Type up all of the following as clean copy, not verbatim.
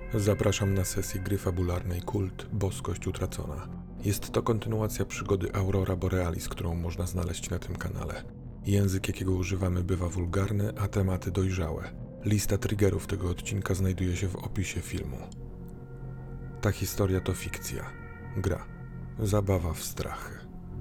Zapraszam na sesję gry fabularnej Kult Boskość Utracona. Jest to kontynuacja przygody Aurora Borealis, którą można znaleźć na tym kanale. Język, jakiego używamy, bywa wulgarny, a tematy dojrzałe. Lista triggerów tego odcinka znajduje się w opisie filmu. Ta historia to fikcja. Gra. Zabawa w strachy.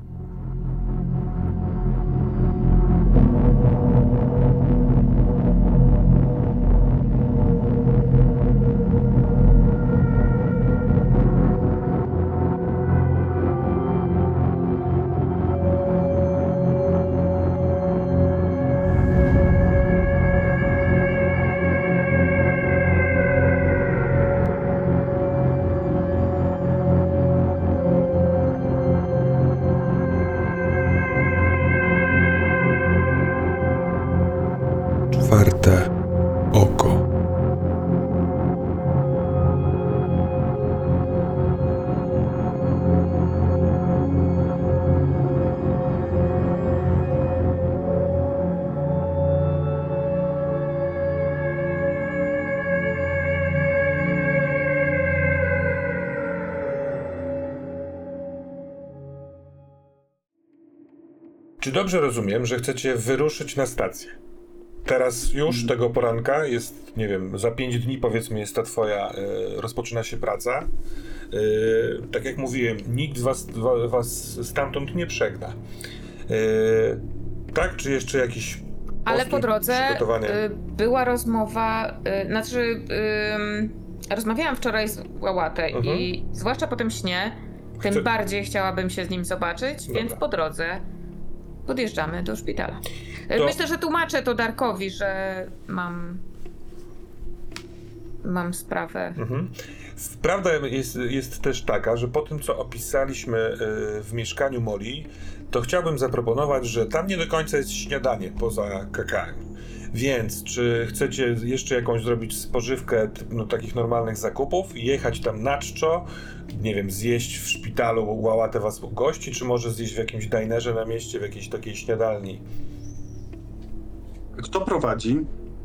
Czwarte oko. Czy dobrze rozumiem, że chcecie wyruszyć na stację? Teraz już tego poranka jest, nie wiem, za 5 dni powiedzmy jest ta twoja, rozpoczyna się praca. Tak jak mówiłem, nikt z was stamtąd nie przegna. Tak? Czy jeszcze jakiś Ale po drodze przygotowanie? była rozmowa, rozmawiałam wczoraj z Łałatę i zwłaszcza po tym śnie, tym bardziej chciałabym się z nim zobaczyć, więc po drodze podjeżdżamy do szpitala. Myślę, że tłumaczę to Darkowi, że mam sprawę. Prawda jest też taka, że po tym, co opisaliśmy w mieszkaniu Molly, to chciałbym zaproponować, że tam nie do końca jest śniadanie poza kakałem. Więc czy chcecie jeszcze jakąś zrobić spożywkę takich normalnych zakupów, jechać tam na czczo, nie wiem, zjeść w szpitalu, Łałatę was gości, czy może zjeść w jakimś dinerze na mieście, w jakiejś takiej śniadalni? Kto prowadzi?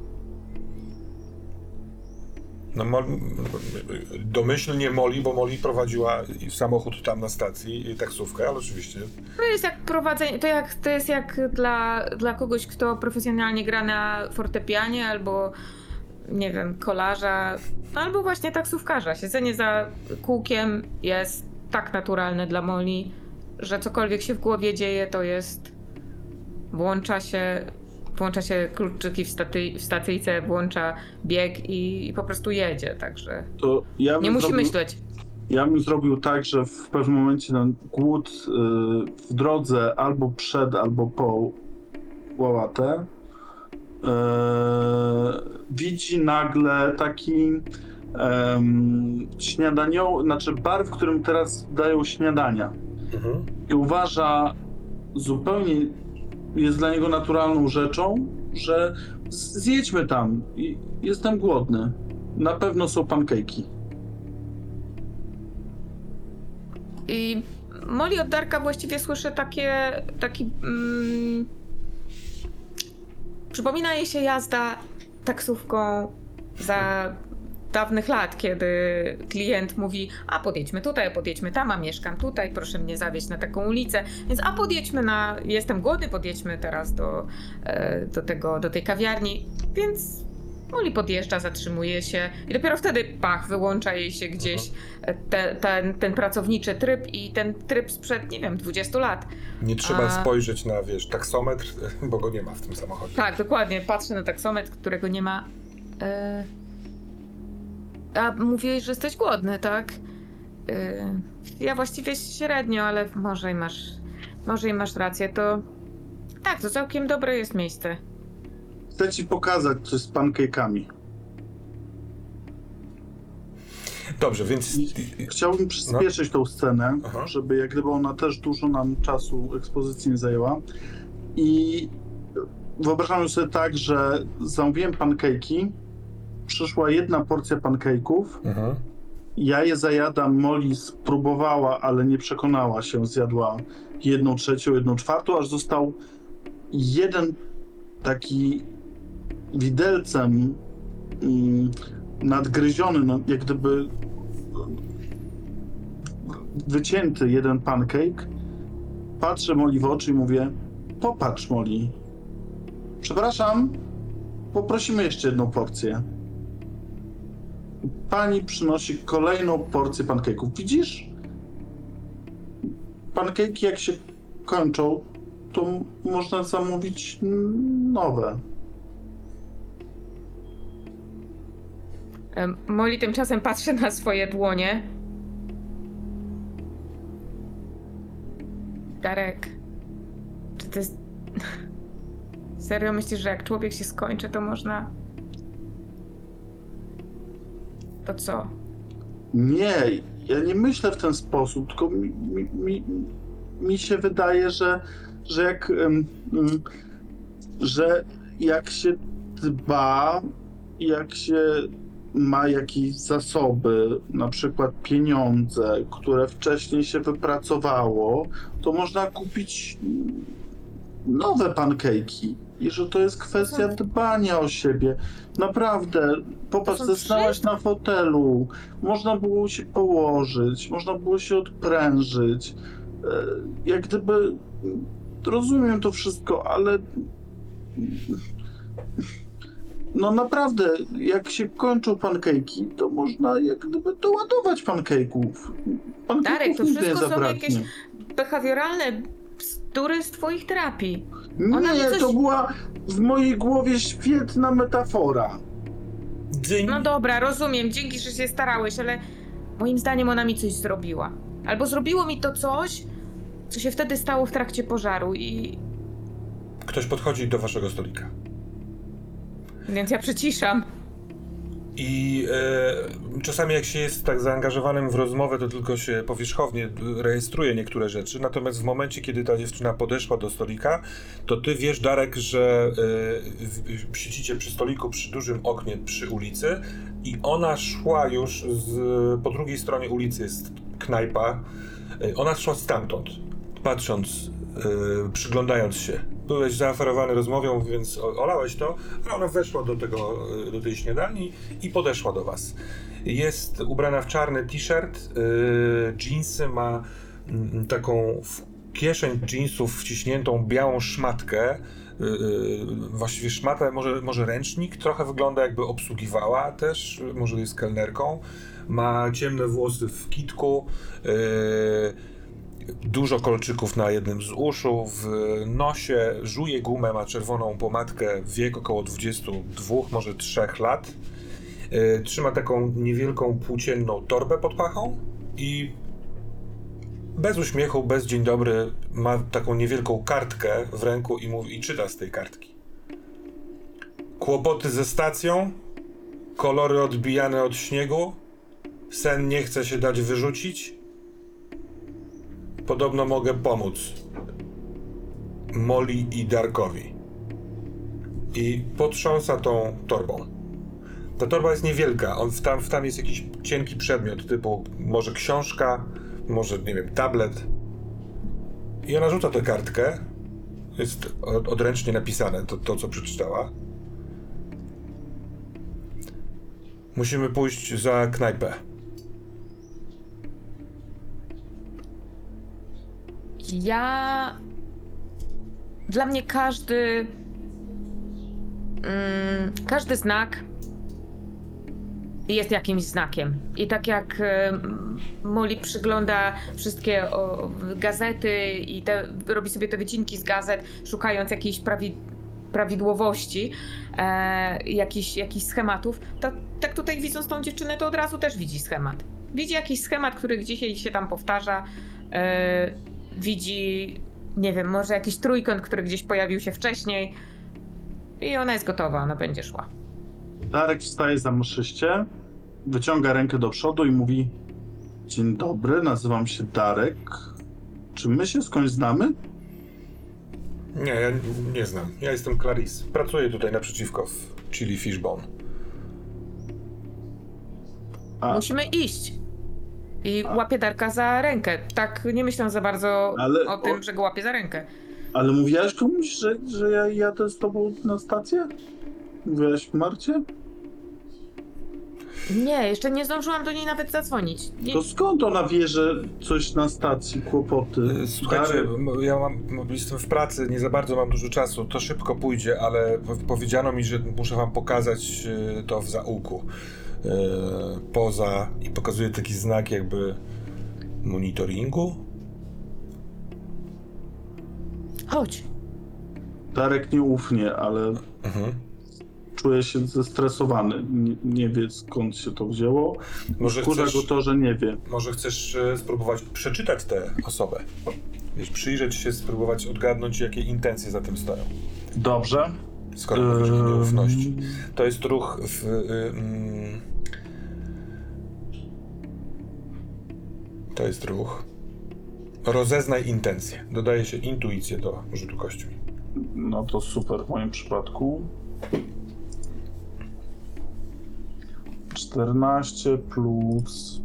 No, domyślnie Molly, bo Molly prowadziła samochód tam na stacji i taksówkę, ale oczywiście. To jest jak prowadzenie, to jest jak dla kogoś, kto profesjonalnie gra na fortepianie albo, nie wiem, kolarza, albo właśnie taksówkarza. Siedzenie za kółkiem jest tak naturalne dla Molly, że cokolwiek się w głowie dzieje, to jest... Włącza się kluczyki w stacyjce, włącza bieg i po prostu jedzie, także To ja nie musi myśleć. Ja bym zrobił tak, że w pewnym momencie ten głód w drodze albo przed, albo po Łałatę widzi nagle taki znaczy bar, w którym teraz dają śniadania. I uważa, zupełnie jest dla niego naturalną rzeczą, że zjedźmy tam. Jestem głodny. Na pewno są pankejki. I Molly od Darka właściwie słyszy przypomina jej się jazda taksówką za dawnych lat, kiedy klient mówi: a podjedźmy tutaj, podjedźmy tam, a mieszkam tutaj, proszę mnie zawieźć na taką ulicę, więc podjedźmy jestem głodny, podjedźmy teraz do tej kawiarni, więc Molly podjeżdża, zatrzymuje się i dopiero wtedy wyłącza jej się gdzieś ten pracowniczy tryb i ten tryb sprzed, nie wiem, 20 lat. Nie trzeba spojrzeć na, taksometr, bo go nie ma w tym samochodzie. Tak, dokładnie. Patrzę na taksometr, którego nie ma. A mówiłeś, że jesteś głodny, tak? Ja właściwie średnio, ale może i masz rację, to... Tak, to całkiem dobre jest miejsce. Chcę ci pokazać coś z pankejkami. Dobrze, więc... Chciałbym przyspieszyć tą scenę, żeby jak gdyby ona też dużo nam czasu ekspozycji nie zajęła. I wyobrażam sobie tak, że zamówiłem pankejki, przyszła jedna porcja pankejków, ja je zajadam, Molly spróbowała, ale nie przekonała się, zjadła 1/3, 1/4, aż został jeden taki widelcem nadgryziony, no, jak gdyby wycięty jeden pancake. Patrzę Molly w oczy i mówię: popatrz, Molly. Przepraszam, poprosimy jeszcze jedną porcję. Pani przynosi kolejną porcję pancake'ów. Widzisz? Pancake'i jak się kończą, to można zamówić nowe. Molly tymczasem patrzy na swoje dłonie. Darek, czy to jest... Serio myślisz, że jak człowiek się skończy, to można... To co? Nie, ja nie myślę w ten sposób, tylko mi się wydaje, że jak się dba, jak się ma jakieś zasoby, na przykład pieniądze, które wcześniej się wypracowało, to można kupić nowe pancake'i. I że to jest kwestia dbania o siebie. Naprawdę, popatrz, zasnęłaś na fotelu, można było się położyć, można było się odprężyć. Jak gdyby, rozumiem to wszystko, ale no naprawdę, jak się kończą pancake'i, to można jak gdyby doładować pancake'ów. Darek, to nigdy nie wszystko są zabraknie. jakieś behawioralne bzdury z twoich terapii. Ona mi Nie, coś- to była w mojej głowie świetna metafora. Dzyń. No dobra, rozumiem, dzięki, że się starałeś, ale moim zdaniem ona mi coś zrobiła. Albo zrobiło mi to coś, co się wtedy stało w trakcie pożaru i... Ktoś podchodzi do waszego stolika. Więc ja przyciszam. I czasami jak się jest tak zaangażowanym w rozmowę, to tylko się powierzchownie rejestruje niektóre rzeczy. Natomiast w momencie, kiedy ta dziewczyna podeszła do stolika, to ty wiesz, Darek, że siedzicie przy stoliku przy dużym oknie przy ulicy i ona szła już po drugiej stronie ulicy jest knajpa. Ona szła stamtąd, patrząc, przyglądając się. Byłeś zaaferowany rozmową, więc olałeś to, a ona weszła do tej śniadani i podeszła do was. Jest ubrana w czarny t-shirt, dżinsy, ma taką w kieszeń dżinsów wciśniętą białą szmatkę, właściwie szmatę, może ręcznik, trochę wygląda jakby obsługiwała też, może jest kelnerką. Ma ciemne włosy w kitku, dużo kolczyków na jednym z uszu, w nosie, żuje gumę, ma czerwoną pomadkę, wiek około 22, może 3 lat. Trzyma taką niewielką płócienną torbę pod pachą i bez uśmiechu, bez dzień dobry, ma taką niewielką kartkę w ręku i czyta z tej kartki. Kłopoty ze stacją, kolory odbijane od śniegu, sen nie chce się dać wyrzucić. Podobno mogę pomóc Molly i Darkowi. I potrząsa tą torbą. Ta torba jest niewielka, tam jest jakiś cienki przedmiot, typu może książka, może, nie wiem, tablet. I ona rzuca tę kartkę. Jest odręcznie napisane to co przeczytała. Musimy pójść za knajpę. Dla mnie każdy znak jest jakimś znakiem. I tak jak Molly przygląda wszystkie gazety i robi sobie te wycinki z gazet, szukając jakiejś prawidłowości, jakichś schematów, to tak tutaj widząc tą dziewczynę, to od razu też widzi schemat. Widzi jakiś schemat, który gdzieś jej się tam powtarza. Widzi, nie wiem, może jakiś trójkąt, który gdzieś pojawił się wcześniej i ona jest gotowa, ona będzie szła. Darek wstaje za mszyście, wyciąga rękę do przodu i mówi: dzień dobry, nazywam się Darek. Czy my się skądś znamy? Nie, ja nie znam. Ja jestem Clarice. Pracuję tutaj naprzeciwko w Chili Fishbone. Musimy iść. I łapie Darka za rękę. Tak nie myślę za bardzo o tym, że go łapie za rękę. Ale mówiłaś komuś, że ja jadę z tobą na stację? Mówiłaś Marcie? Nie, jeszcze nie zdążyłam do niej nawet zadzwonić. Nie, To skąd ona wie, że coś na stacji, kłopoty? Słuchajcie, jestem w pracy, nie za bardzo mam dużo czasu, to szybko pójdzie, ale powiedziano mi, że muszę wam pokazać to w zaułku. Poza i pokazuje taki znak jakby monitoringu. chodź. Darek nieufnie, ale czuje się zestresowany. Nie wie, skąd się to wzięło. Może Wkurza chcesz- go to, że nie wie. Może chcesz spróbować przeczytać tę osobę? Wiesz, przyjrzeć się, spróbować odgadnąć, jakie intencje za tym stoją. Dobrze. Skoro mówisz o nieufności. To jest ruch w... To jest ruch. Rozeznaj intencje. Dodaje się intuicję do rzutu kośćmi. No to super w moim przypadku. 14 plus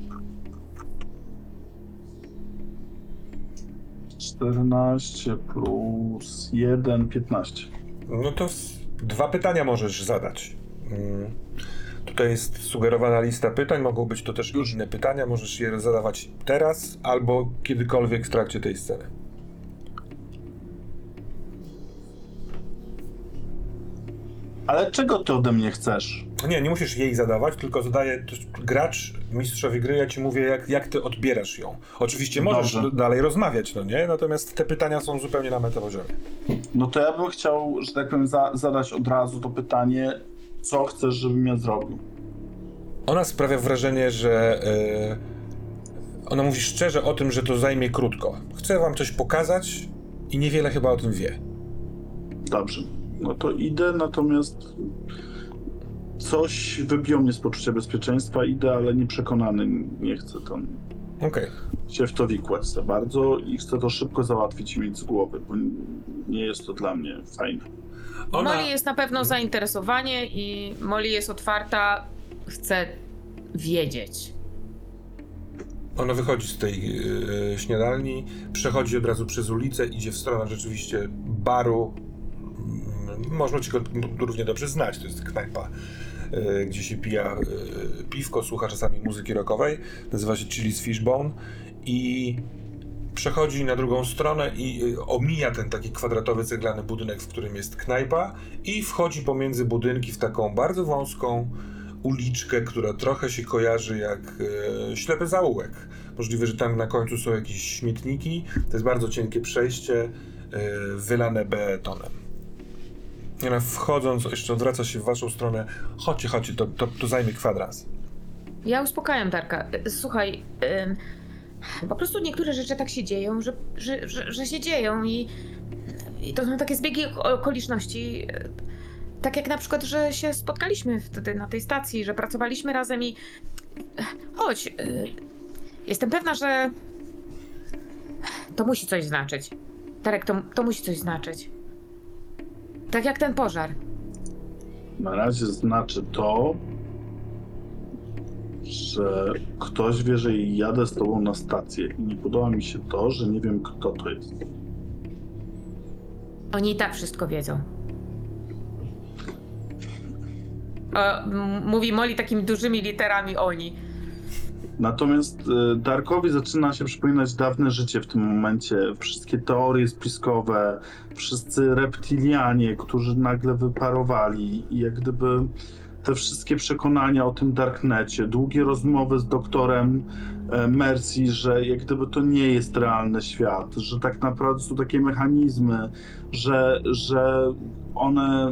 14 plus 1, 15. No to 2 pytania możesz zadać. Tutaj jest sugerowana lista pytań, mogą być to też inne pytania, możesz je zadawać teraz albo kiedykolwiek w trakcie tej sceny. Ale czego ty ode mnie chcesz? Nie musisz jej zadawać, tylko zadaje gracz, mistrzowi gry, ja ci mówię, jak ty odbierasz ją. Oczywiście możesz Dobrze. dalej rozmawiać, no nie? Natomiast te pytania są zupełnie na metapoziomie. No to ja bym chciał, że tak powiem, zadać od razu to pytanie, co chcesz, żebym ja zrobił? Ona sprawia wrażenie, że ona mówi szczerze o tym, że to zajmie krótko. Chcę wam coś pokazać i niewiele chyba o tym wie. Dobrze. No to idę, natomiast coś wybiło mnie z poczucia bezpieczeństwa. Idę, ale nieprzekonany. Nie chcę tam Okej. się w to wikłać za bardzo i chcę to szybko załatwić i mieć z głowy, bo nie jest to dla mnie fajne. Molly jest na pewno zainteresowanie i Molly jest otwarta, chce wiedzieć. Ona wychodzi z tej śniadalni, przechodzi od razu przez ulicę, idzie w stronę rzeczywiście baru. Można ci go równie dobrze znać, to jest knajpa, gdzie się pija piwko, słucha czasami muzyki rockowej. Nazywa się Chili's Fishbone i przechodzi na drugą stronę i omija ten taki kwadratowy ceglany budynek, w którym jest knajpa i wchodzi pomiędzy budynki w taką bardzo wąską uliczkę, która trochę się kojarzy jak ślepy zaułek. Możliwe, że tam na końcu są jakieś śmietniki. To jest bardzo cienkie przejście, wylane betonem. I ona wchodząc, jeszcze odwraca się w waszą stronę. Chodźcie, to zajmie kwadrans. Ja uspokajam Darka. Słuchaj, po prostu niektóre rzeczy tak się dzieją, że się dzieją i to są takie zbiegi okoliczności. Tak jak na przykład, że się spotkaliśmy wtedy na tej stacji, że pracowaliśmy razem i... Chodź, jestem pewna, że to musi coś znaczyć. Darek, to musi coś znaczyć. Tak jak ten pożar. Na razie znaczy to, że ktoś wie, że jadę z tobą na stację i nie podoba mi się to, że nie wiem, kto to jest. Oni i tak wszystko wiedzą. Mówi Molly takimi dużymi literami oni. Natomiast Darkowi zaczyna się przypominać dawne życie w tym momencie. Wszystkie teorie spiskowe, wszyscy reptilianie, którzy nagle wyparowali i jak gdyby te wszystkie przekonania o tym Darknecie, długie rozmowy z doktorem Mercy, że jak gdyby to nie jest realny świat, że tak naprawdę są takie mechanizmy, że one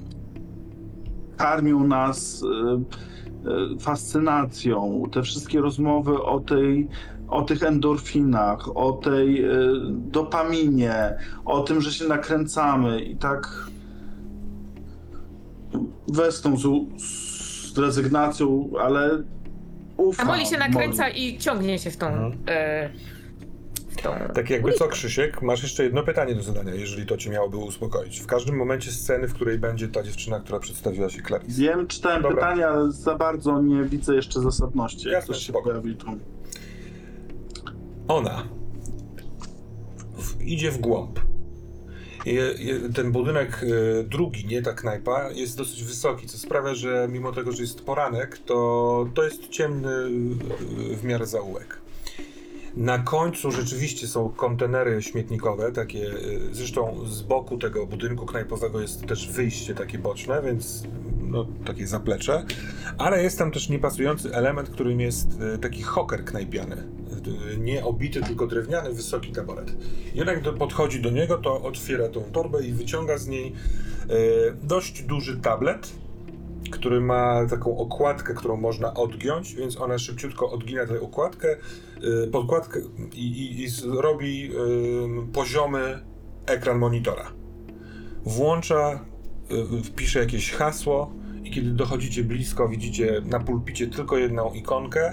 karmią nas fascynacją, te wszystkie rozmowy o tych endorfinach, o tej dopaminie, o tym, że się nakręcamy i tak westną z rezygnacją, ale ufam. A Molly się nakręca i ciągnie się w tą... Tak jakby ulicę. co, Krzysiek, masz jeszcze jedno pytanie do zadania, jeżeli to cię miałoby uspokoić. W każdym momencie sceny, w której będzie ta dziewczyna, która przedstawiła się Clarice. Wiem, czytałem Dobra. pytania, ale za bardzo nie widzę jeszcze zasadności, jak Jasne, to się spoko. pojawi tu. Ona idzie w głąb Ten budynek drugi, nie ta knajpa, jest dosyć wysoki, co sprawia, że mimo tego, że jest poranek, to jest ciemny w miarę zaułek. Na końcu rzeczywiście są kontenery śmietnikowe, takie, zresztą z boku tego budynku knajpowego jest też wyjście takie boczne, więc no, takie zaplecze, ale jest tam też niepasujący element, którym jest taki hoker knajpiany. Nie obity, tylko drewniany, wysoki taboret. I on jak podchodzi do niego, to otwiera tą torbę i wyciąga z niej dość duży tablet, który ma taką okładkę, którą można odgiąć, więc ona szybciutko odgina tę podkładkę i robi poziomy ekran monitora. Włącza, wpisze jakieś hasło i kiedy dochodzicie blisko, widzicie na pulpicie tylko jedną ikonkę.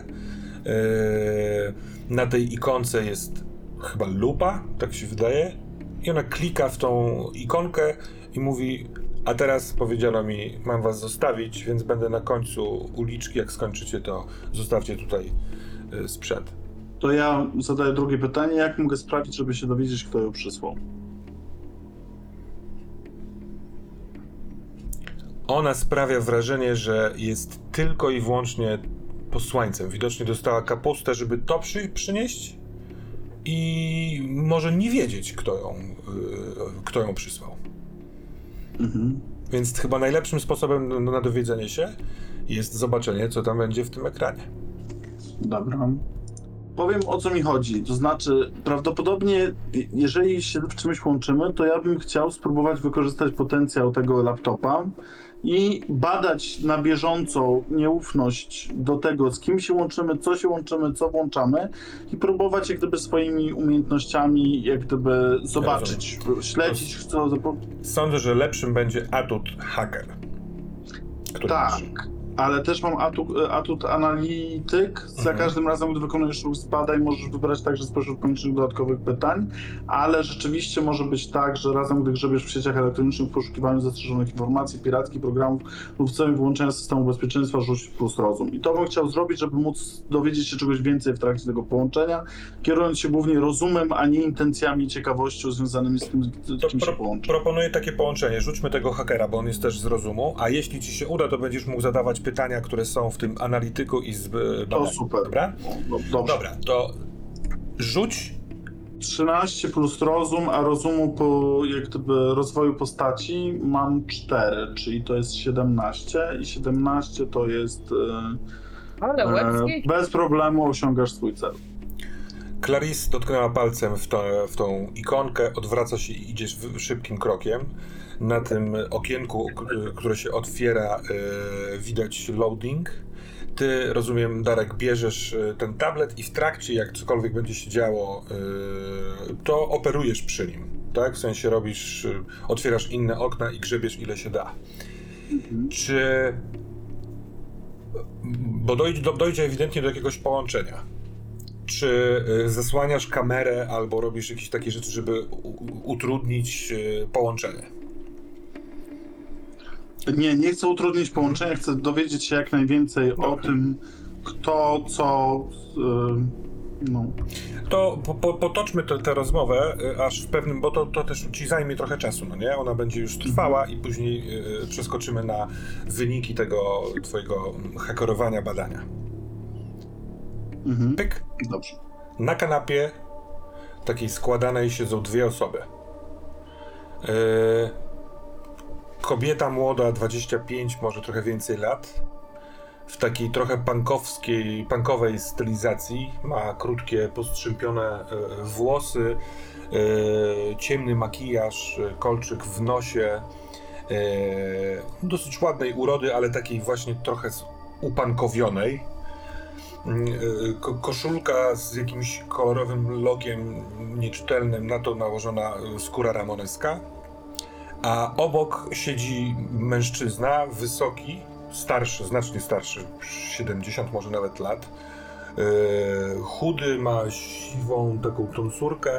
Na tej ikonce jest chyba lupa, tak się wydaje, i ona klika w tą ikonkę i mówi: a teraz powiedziano mi, mam was zostawić, więc będę na końcu uliczki, jak skończycie, to zostawcie tutaj sprzęt. To ja zadaję drugie pytanie, jak mogę sprawić, żeby się dowiedzieć, kto ją przysłał? Ona sprawia wrażenie, że jest tylko i wyłącznie posłańcem. Widocznie dostała kapustę, żeby to przynieść i może nie wiedzieć, kto ją przysłał. Mhm. Więc chyba najlepszym sposobem na dowiedzenie się jest zobaczenie, co tam będzie w tym ekranie. Dobra. Powiem, o co mi chodzi. To znaczy, prawdopodobnie, jeżeli się w czymś łączymy, to ja bym chciał spróbować wykorzystać potencjał tego laptopa i badać na bieżąco nieufność do tego, z kim się łączymy, co włączamy i próbować jak gdyby swoimi umiejętnościami jak gdyby zobaczyć, śledzić, co... Sądzę, że lepszym będzie atut hacker. Tak, ale też mam atut analityk. Za każdym razem, gdy wykonujesz ruch z badań, możesz wybrać także spośród koniecznych dodatkowych pytań, ale rzeczywiście może być tak, że razem, gdy grzebiesz w sieciach elektronicznych w poszukiwaniu zastrzeżonych informacji, pirackich programów lub w celu wyłączenia systemu bezpieczeństwa, rzuć plus rozum. I to bym chciał zrobić, żeby móc dowiedzieć się czegoś więcej w trakcie tego połączenia, kierując się głównie rozumem, a nie intencjami i ciekawością związanymi z tym, z kim się połączy. Proponuję takie połączenie. Rzućmy tego hakera, bo on jest też z rozumu, a jeśli ci się uda, to będziesz mógł zadawać pytania, które są w tym analityku i z badania. To super. Dobra? No, dobrze. Dobra, to rzuć. 13 plus rozum, a rozumu po jak gdyby rozwoju postaci mam 4, czyli to jest 17 i 17 to jest Ale łebski. bez problemu osiągasz swój cel. Clarice dotknęła palcem w tą ikonkę, odwraca się i idziesz szybkim krokiem. Na tym okienku, które się otwiera, widać loading. Ty, rozumiem, Darek, bierzesz ten tablet i w trakcie, jak cokolwiek będzie się działo, to operujesz przy nim, tak? W sensie otwierasz inne okna i grzebiesz ile się da. Czy... Bo dojdzie ewidentnie do jakiegoś połączenia. Czy zasłaniasz kamerę albo robisz jakieś takie rzeczy, żeby utrudnić połączenie? Nie chcę utrudnić połączenia, chcę dowiedzieć się jak najwięcej o tym, kto, co... no. To potoczmy tę rozmowę, aż w pewnym, bo to też ci zajmie trochę czasu, no nie? Ona będzie już trwała i później przeskoczymy na wyniki tego twojego hakerowania badania. Pyk. Dobrze. Na kanapie takiej składanej siedzą dwie osoby. Kobieta młoda, 25, może trochę więcej lat, w takiej trochę punkowej stylizacji, ma krótkie, postrzępione włosy, ciemny makijaż, kolczyk w nosie, dosyć ładnej urody, ale takiej właśnie trochę upankowionej. Koszulka z jakimś kolorowym logiem nieczytelnym, na to nałożona skóra ramoneska. A obok siedzi mężczyzna, wysoki, starszy, znacznie starszy, 70 może nawet lat. Chudy, ma siwą taką tonsurkę.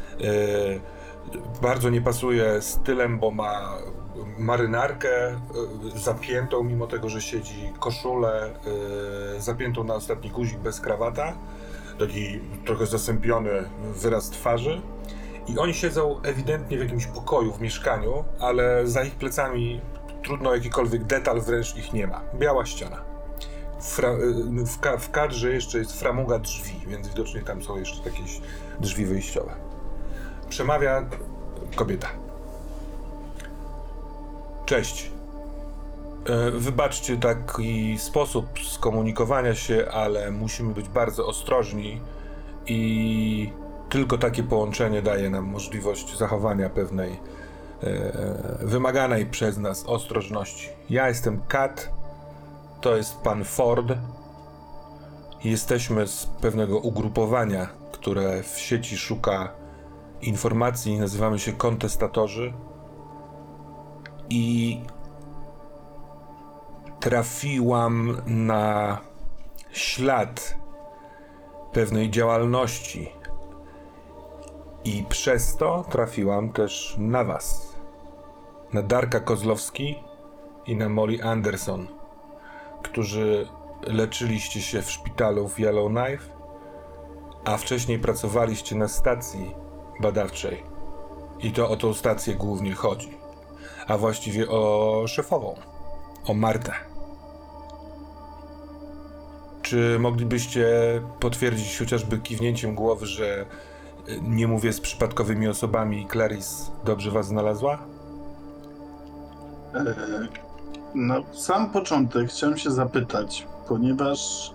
Bardzo nie pasuje stylem, bo ma marynarkę zapiętą, mimo tego, że siedzi, koszulę zapiętą na ostatni guzik bez krawata. Taki trochę zasępiony wyraz twarzy. I oni siedzą ewidentnie w jakimś pokoju w mieszkaniu, ale za ich plecami trudno jakikolwiek detal, wręcz ich nie ma. Biała ściana. W kadrze jeszcze jest framuga drzwi, więc widocznie tam są jeszcze jakieś drzwi wyjściowe. Przemawia kobieta. Cześć. Wybaczcie taki sposób skomunikowania się, ale musimy być bardzo ostrożni i tylko takie połączenie daje nam możliwość zachowania pewnej wymaganej przez nas ostrożności. Ja jestem Kat, to jest pan Ford. Jesteśmy z pewnego ugrupowania, które w sieci szuka informacji, nazywamy się kontestatorzy i trafiłam na ślad pewnej działalności i przez to trafiłam też na was, na Darka Kozlowski i na Molly Anderson, którzy leczyliście się w szpitalu w Yellowknife, a wcześniej pracowaliście na stacji badawczej i to o tą stację głównie chodzi, a właściwie o szefową, o Martę. Czy moglibyście potwierdzić chociażby kiwnięciem głowy, że nie mówię z przypadkowymi osobami i Clarice dobrze was znalazła? Na sam początek chciałem się zapytać, ponieważ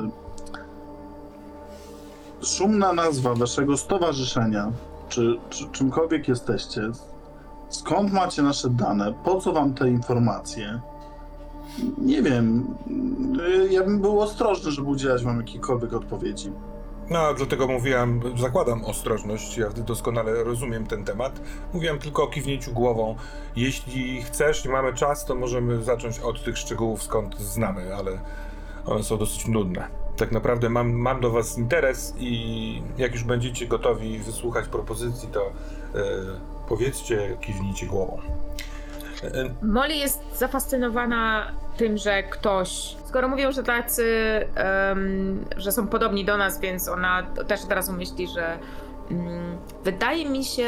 szumna nazwa waszego stowarzyszenia, czy czymkolwiek jesteście, skąd macie nasze dane, po co wam te informacje? Nie wiem, ja bym był ostrożny, żeby udzielać wam jakichkolwiek odpowiedzi. No, dlatego mówiłam, zakładam ostrożność, ja doskonale rozumiem ten temat. Mówiłam tylko o kiwnięciu głową. Jeśli chcesz i mamy czas, to możemy zacząć od tych szczegółów, skąd znamy, ale one są dosyć nudne. Tak naprawdę mam do was interes i jak już będziecie gotowi wysłuchać propozycji, to powiedzcie, kiwnijcie głową. Molly jest zafascynowana tym, że ktoś, skoro mówią, że tacy, że są podobni do nas, więc ona też od razu myśli, że wydaje mi się,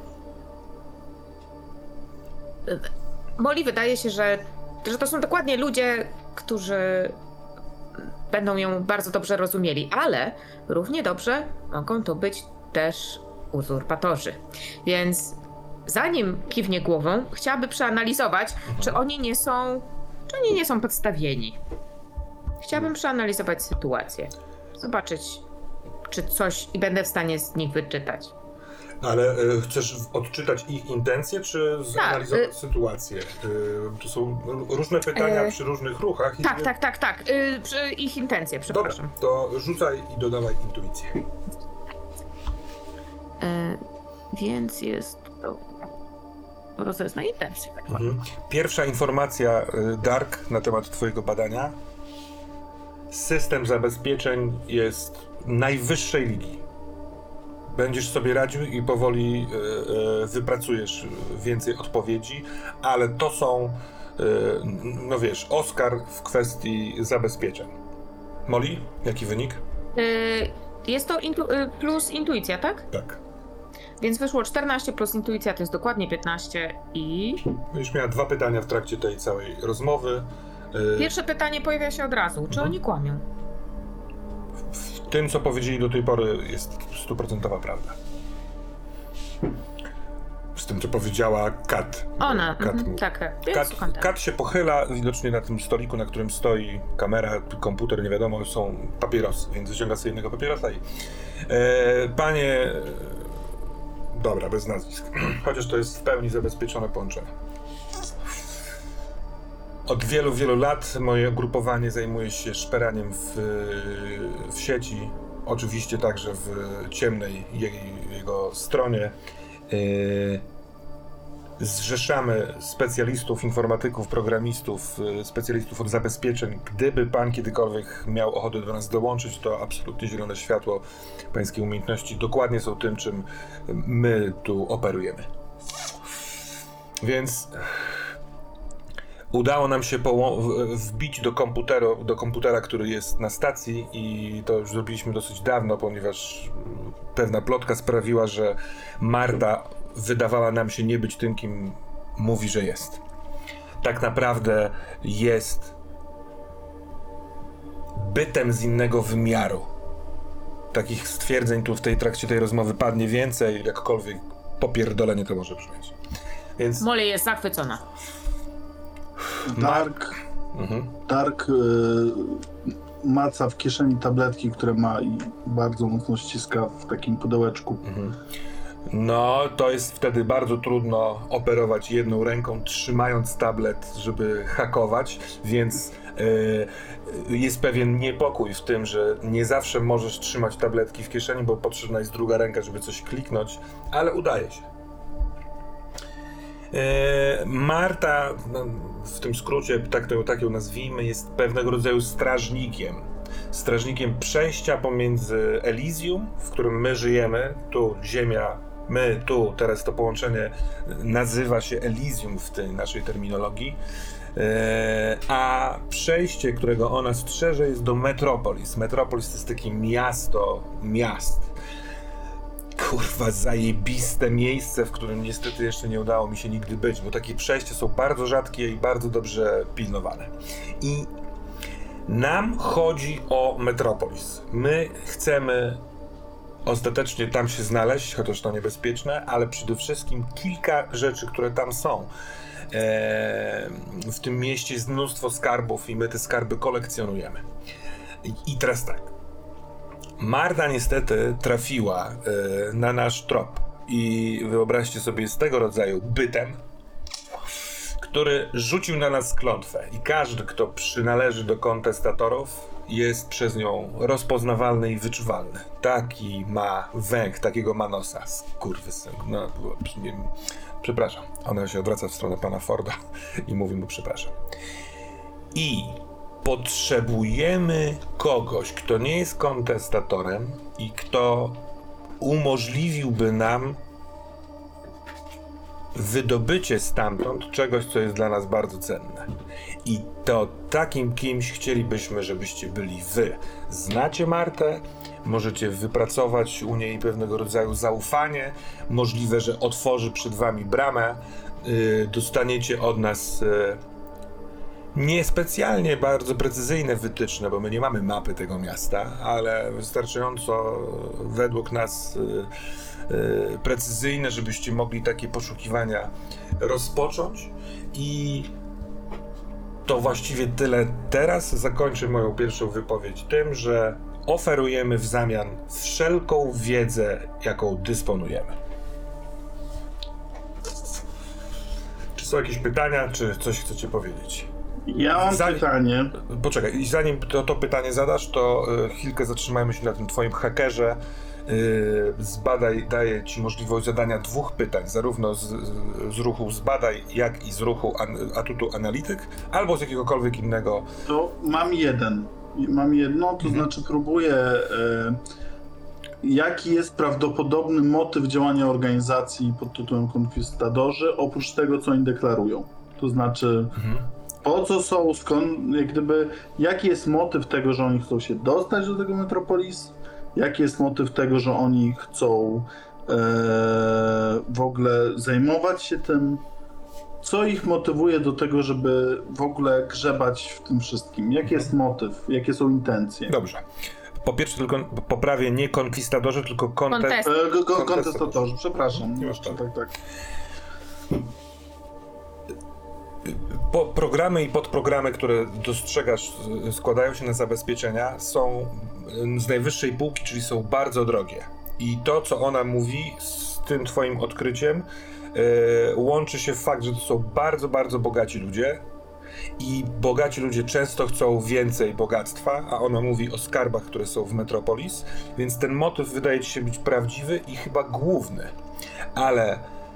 Molly wydaje się, że to są dokładnie ludzie, którzy będą ją bardzo dobrze rozumieli, ale równie dobrze mogą to być też uzurpatorzy, więc zanim kiwnie głową, chciałaby przeanalizować, czy oni nie są podstawieni. Chciałabym przeanalizować sytuację. Zobaczyć, czy coś i będę w stanie z nich wyczytać. Ale chcesz odczytać ich intencje, czy zanalizować sytuację? To są różne pytania przy różnych ruchach. Tak. Przy ich intencje, przepraszam. Dobra, to rzucaj i dodawaj intuicję. Więc jest to rozezna intencje. Tak. Pierwsza informacja, Dark, na temat twojego badania. System zabezpieczeń jest najwyższej ligi. Będziesz sobie radził i powoli wypracujesz więcej odpowiedzi, ale to są, no wiesz, Oscar w kwestii zabezpieczeń. Molly, jaki wynik? Jest to plus intuicja, tak? Tak. Więc wyszło 14 plus intuicja, to jest dokładnie 15 i... Już miała 2 pytania w trakcie tej całej rozmowy. Pierwsze pytanie pojawia się od razu. Czy oni kłamią? W tym, co powiedzieli do tej pory, jest 100% prawda. Z tym, co powiedziała Kat. Ona, tak. Kat się pochyla, widocznie na tym stoliku, na którym stoi kamera, komputer, nie wiadomo, są papierosy, więc wyciąga sobie jednego papierosa i... Panie... Dobra, bez nazwisk. Chociaż to jest w pełni zabezpieczone połączenie. Od wielu, wielu lat moje ugrupowanie zajmuje się szperaniem w sieci. Oczywiście także w ciemnej jego stronie. Zrzeszamy specjalistów, informatyków, programistów, specjalistów od zabezpieczeń. Gdyby pan kiedykolwiek miał ochotę do nas dołączyć, to absolutnie zielone światło. Pańskie umiejętności dokładnie są tym, czym my tu operujemy. Więc Udało nam się wbić do komputera, który jest na stacji i to już zrobiliśmy dosyć dawno, ponieważ pewna plotka sprawiła, że Marta wydawała nam się nie być tym, kim mówi, że jest. Tak naprawdę jest bytem z innego wymiaru. Takich stwierdzeń tu w trakcie tej rozmowy padnie więcej, jakkolwiek popierdolenie to może brzmieć. Więc Molly jest zachwycona. Dark maca w kieszeni tabletki, które ma i bardzo mocno ściska w takim pudełeczku. No, to jest wtedy bardzo trudno operować jedną ręką, trzymając tablet, żeby hakować, więc jest pewien niepokój w tym, że nie zawsze możesz trzymać tabletki w kieszeni, bo potrzebna jest druga ręka, żeby coś kliknąć, ale udaje się. Marta, w tym skrócie, tak ją nazwijmy, jest pewnego rodzaju strażnikiem. Strażnikiem przejścia pomiędzy Elysium, w którym my żyjemy, tu Ziemia, my tu, teraz to połączenie nazywa się Elysium w tej naszej terminologii, a przejście, którego ona strzeże, jest do Metropolis. Metropolis to jest takie miasto miast. Kurwa, zajebiste miejsce, w którym niestety jeszcze nie udało mi się nigdy być, bo takie przejścia są bardzo rzadkie i bardzo dobrze pilnowane. I nam chodzi o Metropolis. My chcemy ostatecznie tam się znaleźć, chociaż to niebezpieczne, ale przede wszystkim kilka rzeczy, które tam są. W tym mieście jest mnóstwo skarbów i my te skarby kolekcjonujemy. I teraz tak. Marta niestety trafiła na nasz trop i wyobraźcie sobie, z tego rodzaju bytem, który rzucił na nas klątwę i każdy, kto przynależy do kontestatorów, jest przez nią rozpoznawalny i wyczuwalny. Taki ma węch, takiego ma nosa. Skurwysyn. No, przepraszam. Ona się odwraca w stronę pana Forda i mówi mu przepraszam. I potrzebujemy kogoś, kto nie jest kontestatorem i kto umożliwiłby nam wydobycie stamtąd czegoś, co jest dla nas bardzo cenne. I to takim kimś chcielibyśmy, żebyście byli wy. Znacie Martę, możecie wypracować u niej pewnego rodzaju zaufanie, możliwe, że otworzy przed wami bramę, dostaniecie od nas niespecjalnie bardzo precyzyjne wytyczne, bo my nie mamy mapy tego miasta, ale wystarczająco według nas precyzyjne, żebyście mogli takie poszukiwania rozpocząć. I to właściwie tyle teraz. Zakończę moją pierwszą wypowiedź tym, że oferujemy w zamian wszelką wiedzę, jaką dysponujemy. Czy są jakieś pytania, czy coś chcecie powiedzieć? Ja mam pytanie. Poczekaj, i zanim to pytanie zadasz, to chwilkę zatrzymajmy się na tym twoim hakerze. Zbadaj daje ci możliwość zadania 2 pytań, zarówno z ruchu zbadaj, jak i z ruchu atutu analityk, albo z jakiegokolwiek innego. To mam jedno, to znaczy próbuję jaki jest prawdopodobny motyw działania organizacji pod tytułem Konkwistadorzy, oprócz tego, co oni deklarują. To znaczy po co są, skąd, jak gdyby, jaki jest motyw tego, że oni chcą się dostać do tego Metropolis? Jaki jest motyw tego, że oni chcą w ogóle zajmować się tym? Co ich motywuje do tego, żeby w ogóle grzebać w tym wszystkim? Jaki jest motyw? Jakie są intencje? Dobrze. Po pierwsze tylko poprawię, nie konkwistadorzy, tylko kontestatorzy, przepraszam. Nie masz tak. Tak. Programy i podprogramy, które dostrzegasz, składają się na zabezpieczenia, są z najwyższej półki, czyli są bardzo drogie. I to, co ona mówi z tym twoim odkryciem, łączy się w fakt, że to są bardzo, bardzo bogaci ludzie i bogaci ludzie często chcą więcej bogactwa, a ona mówi o skarbach, które są w Metropolis, więc ten motyw wydaje ci się być prawdziwy i chyba główny. Ale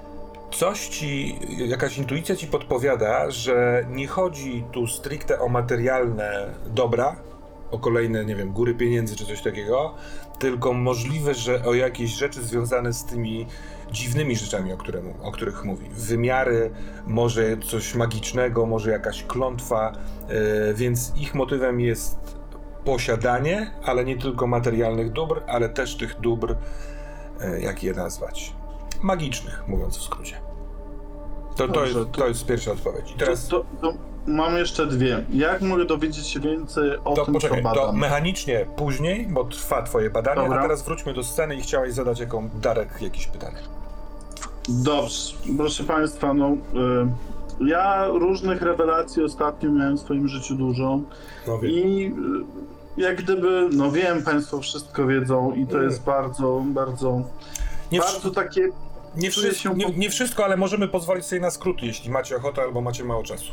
jakaś intuicja ci podpowiada, że nie chodzi tu stricte o materialne dobra, o kolejne, nie wiem, góry pieniędzy czy coś takiego, tylko możliwe, że o jakieś rzeczy związane z tymi dziwnymi rzeczami, o których mówi. Wymiary, może coś magicznego, może jakaś klątwa, więc ich motywem jest posiadanie, ale nie tylko materialnych dóbr, ale też tych dóbr, jak je nazwać, magicznych, mówiąc w skrócie. To jest pierwsza odpowiedź. I teraz... To mam jeszcze dwie. Jak mogę dowiedzieć się więcej o tym, poczekaj, co badam? to mechanicznie później, bo trwa twoje badanie, Dobra. a teraz wróćmy do sceny i chciałeś zadać Darek jakieś pytanie. Dobrze, proszę Państwa, ja różnych rewelacji ostatnio miałem w swoim życiu dużo No wiem. i jak gdyby, wiem, Państwo wszystko wiedzą i to jest bardzo, bardzo, Nie, bardzo takie... nie wszystko, ale możemy pozwolić sobie na skróty, jeśli macie ochotę albo macie mało czasu.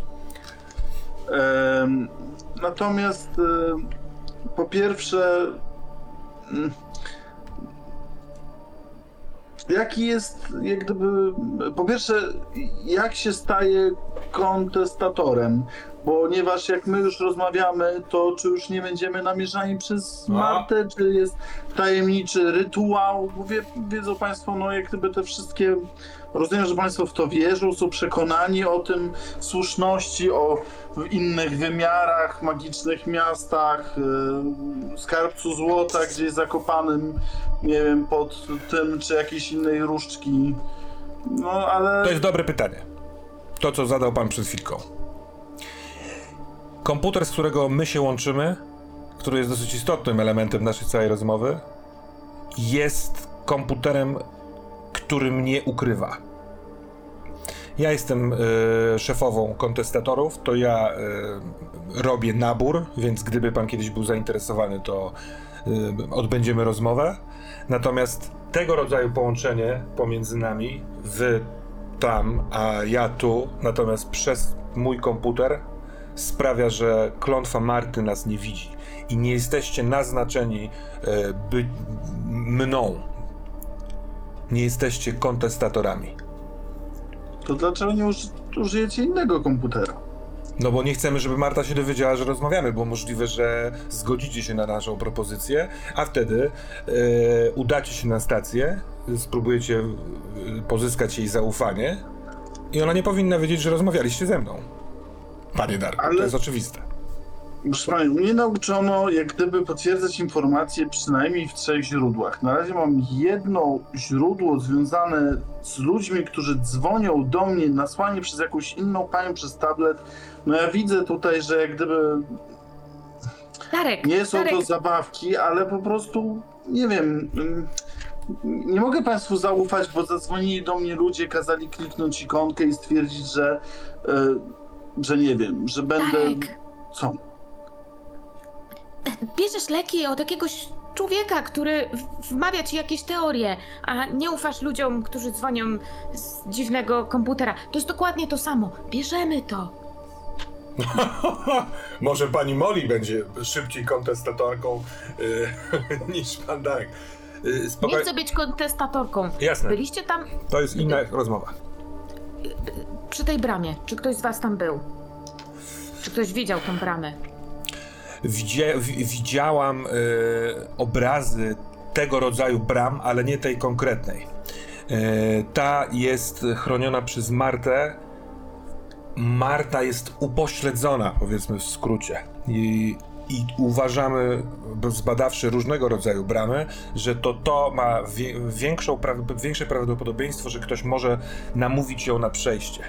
Natomiast po pierwsze, jaki jest, jak gdyby, po pierwsze, jak się staje kontestatorem? Ponieważ jak my już rozmawiamy, to czy już nie będziemy namierzani przez Martę, czy jest tajemniczy rytuał? Wiedzą Państwo, jak gdyby te wszystkie, rozumiem, że Państwo w to wierzą, są przekonani o tym słuszności, o innych wymiarach, magicznych miastach, skarbcu złota gdzieś zakopanym, nie wiem, pod tym, czy jakiejś innej różdżki. Ale... To jest dobre pytanie. To, co zadał pan przed chwilką. Komputer, z którego my się łączymy, który jest dosyć istotnym elementem naszej całej rozmowy, jest komputerem, który mnie ukrywa. Ja jestem szefową kontestatorów, to ja robię nabór, więc gdyby pan kiedyś był zainteresowany, to odbędziemy rozmowę. Natomiast tego rodzaju połączenie pomiędzy nami, wy tam, a ja tu, natomiast przez mój komputer, sprawia, że klątwa Marty nas nie widzi i nie jesteście naznaczeni mną. Nie jesteście kontestatorami. To dlaczego nie użyjecie innego komputera? No bo nie chcemy, żeby Marta się dowiedziała, że rozmawiamy, bo możliwe, że zgodzicie się na naszą propozycję, a wtedy udacie się na stację, spróbujecie pozyskać jej zaufanie i ona nie powinna wiedzieć, że rozmawialiście ze mną. Panie Darku, to jest oczywiste. Proszę Pani, mnie nauczono jak gdyby potwierdzać informacje przynajmniej w 3 źródłach. Na razie mam jedno źródło związane z ludźmi, którzy dzwonią do mnie, nasłanie przez jakąś inną panią przez tablet. Ja widzę tutaj, że jak gdyby Darek, nie są to zabawki, ale po prostu, nie wiem, nie mogę Państwu zaufać, bo zadzwonili do mnie ludzie, kazali kliknąć ikonkę i stwierdzić, że nie wiem, że będę... Darek. Co? Bierzesz leki od jakiegoś człowieka, który wmawia ci jakieś teorie, a nie ufasz ludziom, którzy dzwonią z dziwnego komputera. To jest dokładnie to samo. Bierzemy to. Może pani Molly będzie szybciej kontestatorką niż pan Darek. Nie chcę być kontestatorką. Jasne. Byliście tam To jest inna rozmowa. przy tej bramie. Czy ktoś z was tam był? Czy ktoś widział tą bramę? Widziałam obrazy tego rodzaju bram, ale nie tej konkretnej. Ta jest chroniona przez Martę. Marta jest upośledzona, powiedzmy w skrócie. I uważamy, zbadawszy różnego rodzaju bramy, że to ma większe prawdopodobieństwo, że ktoś może namówić ją na przejście.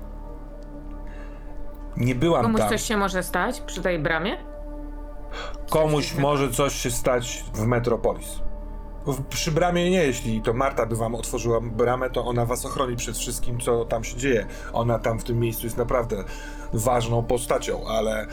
Nie byłam Komuś tam. coś się może stać przy tej bramie? Komuś może coś się stać w Metropolis. Przy bramie nie, jeśli to Marta by wam otworzyła bramę, to ona was ochroni przed wszystkim, co tam się dzieje. Ona tam w tym miejscu jest naprawdę ważną postacią, ale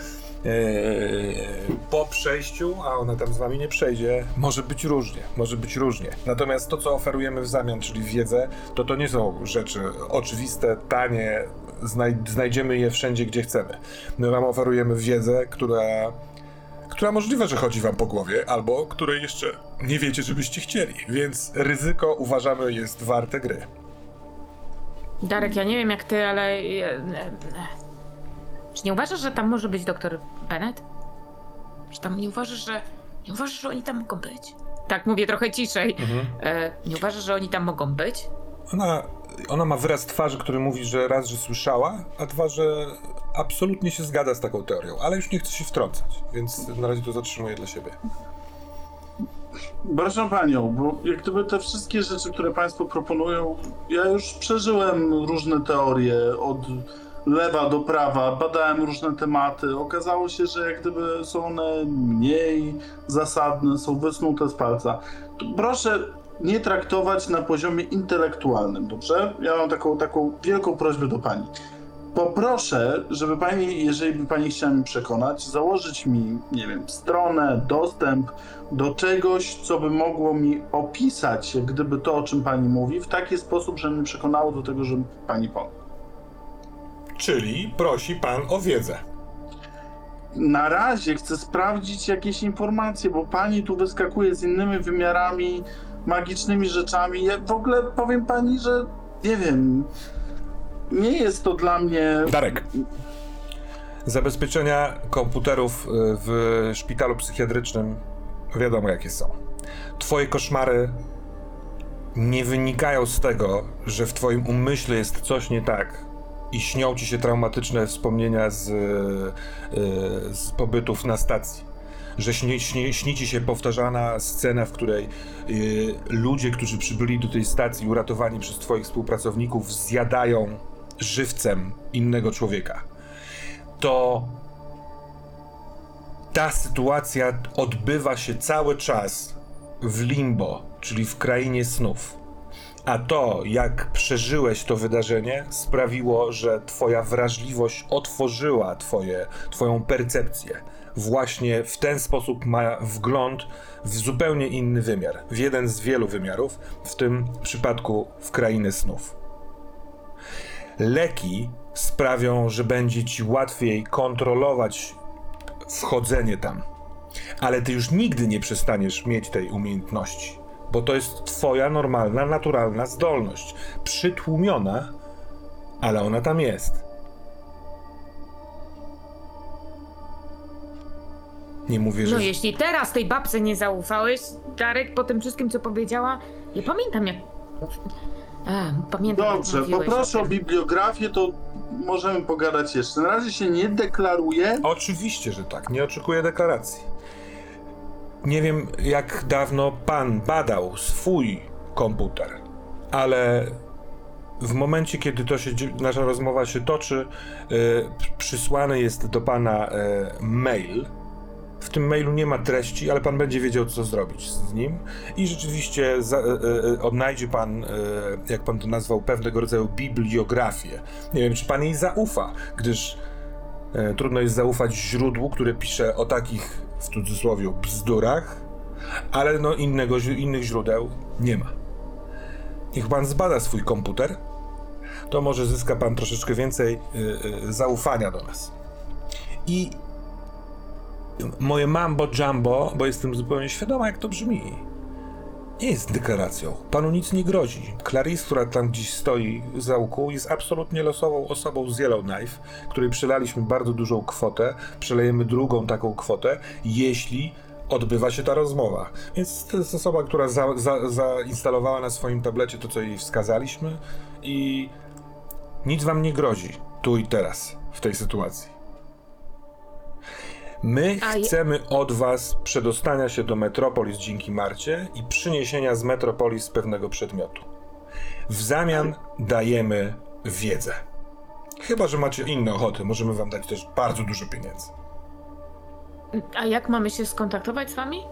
po przejściu, a ona tam z wami nie przejdzie, może być różnie. Natomiast to, co oferujemy w zamian, czyli wiedzę, to nie są rzeczy oczywiste, tanie, znajdziemy je wszędzie, gdzie chcemy. My wam oferujemy wiedzę, która możliwe, że chodzi wam po głowie, albo której jeszcze nie wiecie, żebyście chcieli, więc ryzyko, uważamy, jest warte gry. Darek, ja nie wiem jak ty, ale... Czy nie uważasz, że tam może być doktor Bennett? Że tam nie uważasz, że oni tam mogą być? Tak, mówię trochę ciszej. Nie uważasz, że oni tam mogą być? Ona ma wyraz twarzy, który mówi, że raz, że słyszała, a dwa, że absolutnie się zgadza z taką teorią, ale już nie chce się wtrącać, więc na razie to zatrzymuję dla siebie. Proszę panią, bo jak gdyby te wszystkie rzeczy, które państwo proponują, ja już przeżyłem różne teorie od lewa do prawa, badałem różne tematy. Okazało się, że jak gdyby są one mniej zasadne, są wysnute z palca. To proszę nie traktować na poziomie intelektualnym, dobrze? Ja mam taką wielką prośbę do pani. Poproszę, żeby pani, jeżeli by pani chciała mnie przekonać, założyć mi, nie wiem, stronę, dostęp do czegoś, co by mogło mi opisać, jak gdyby to, o czym pani mówi, w taki sposób, że mnie przekonało do tego, żeby pani pomógł. Czyli prosi pan o wiedzę. Na razie chcę sprawdzić jakieś informacje, bo pani tu wyskakuje z innymi wymiarami, magicznymi rzeczami. Ja w ogóle powiem pani, że nie wiem, nie jest to dla mnie... Darek. Zabezpieczenia komputerów w szpitalu psychiatrycznym wiadomo jakie są. Twoje koszmary nie wynikają z tego, że w twoim umyśle jest coś nie tak i śnią ci się traumatyczne wspomnienia z pobytów na stacji. Że śni ci się powtarzana scena, w której ludzie, którzy przybyli do tej stacji uratowani przez twoich współpracowników, zjadają żywcem innego człowieka. To ta sytuacja odbywa się cały czas w limbo, czyli w krainie snów. A to, jak przeżyłeś to wydarzenie, sprawiło, że twoja wrażliwość otworzyła twoją percepcję. Właśnie w ten sposób ma wgląd w zupełnie inny wymiar, w jeden z wielu wymiarów, w tym przypadku w krainę snów. Leki sprawią, że będzie ci łatwiej kontrolować wchodzenie tam, ale ty już nigdy nie przestaniesz mieć tej umiejętności, bo to jest twoja normalna, naturalna zdolność, przytłumiona, ale ona tam jest. Nie mówię, że... No jeśli teraz tej babce nie zaufałeś, Darek, po tym wszystkim, co powiedziała, nie pamiętam jak... Pamiętam, Dobrze, jak mówiłeś poproszę o tym. bibliografię, to możemy pogadać jeszcze. Na razie się nie deklaruję. Oczywiście, że tak. Nie oczekuję deklaracji. Nie wiem, jak dawno pan badał swój komputer, ale w momencie, kiedy nasza rozmowa się toczy, przysłany jest do pana mail. W tym mailu nie ma treści, ale pan będzie wiedział, co zrobić z nim. I rzeczywiście odnajdzie pan, jak pan to nazwał, pewnego rodzaju bibliografię. Nie wiem, czy pan jej zaufa, gdyż trudno jest zaufać źródłu, które pisze o takich, w cudzysłowie, bzdurach, ale no innych źródeł nie ma. Niech pan zbada swój komputer, to może zyska pan troszeczkę więcej zaufania do nas. I moje mambo jumbo, bo jestem zupełnie świadoma, jak to brzmi, nie jest deklaracją. Panu nic nie grozi. Clarice, która tam gdzieś stoi za łuku, jest absolutnie losową osobą z Yellowknife, której przelaliśmy bardzo dużą kwotę, przelejemy drugą taką kwotę, jeśli odbywa się ta rozmowa. Więc to jest osoba, która zainstalowała na swoim tablecie to, co jej wskazaliśmy i nic wam nie grozi tu i teraz, w tej sytuacji. My chcemy od was przedostania się do Metropolis dzięki Marcie i przyniesienia z Metropolis pewnego przedmiotu. W zamian dajemy wiedzę. Chyba że macie inne ochoty, możemy wam dać też bardzo dużo pieniędzy. A jak mamy się skontaktować z wami?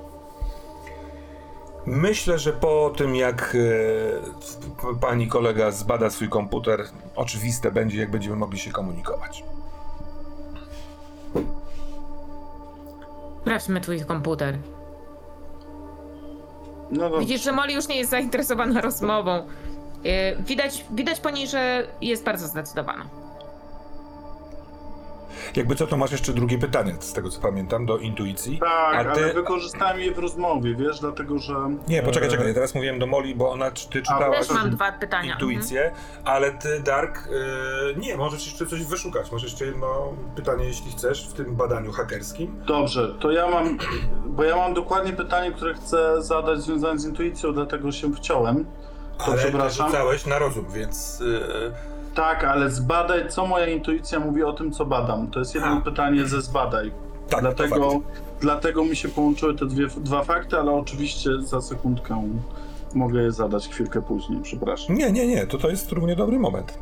Myślę, że po tym jak pani kolega zbada swój komputer, oczywiste będzie, jak będziemy mogli się komunikować. Sprawdźmy twój komputer. No dobrze. Widzisz, że Molly już nie jest zainteresowana rozmową. Widać po niej, że jest bardzo zdecydowana. Jakby co, to masz jeszcze drugie pytanie, z tego co pamiętam, do intuicji. Tak, a ty... ale wykorzystałem je w rozmowie, wiesz, dlatego że... Nie, poczekaj, ja teraz mówiłem do Molly, bo ty czytałaś Też mam 2 pytania. intuicję, ale ty, Dark, nie, możesz jeszcze coś wyszukać. Masz jeszcze jedno pytanie, jeśli chcesz, w tym badaniu hakerskim. Dobrze, to ja mam dokładnie pytanie, które chcę zadać związane z intuicją, dlatego się wciąłem. To Ale ty przepraszam. rzucałeś na rozum, więc... Tak, ale zbadaj, co moja intuicja mówi o tym, co badam. To jest jedno pytanie ze zbadaj. Tak, Dlatego mi się połączyły te dwa fakty, ale oczywiście za sekundkę mogę je zadać chwilkę później, przepraszam. Nie, to jest równie dobry moment.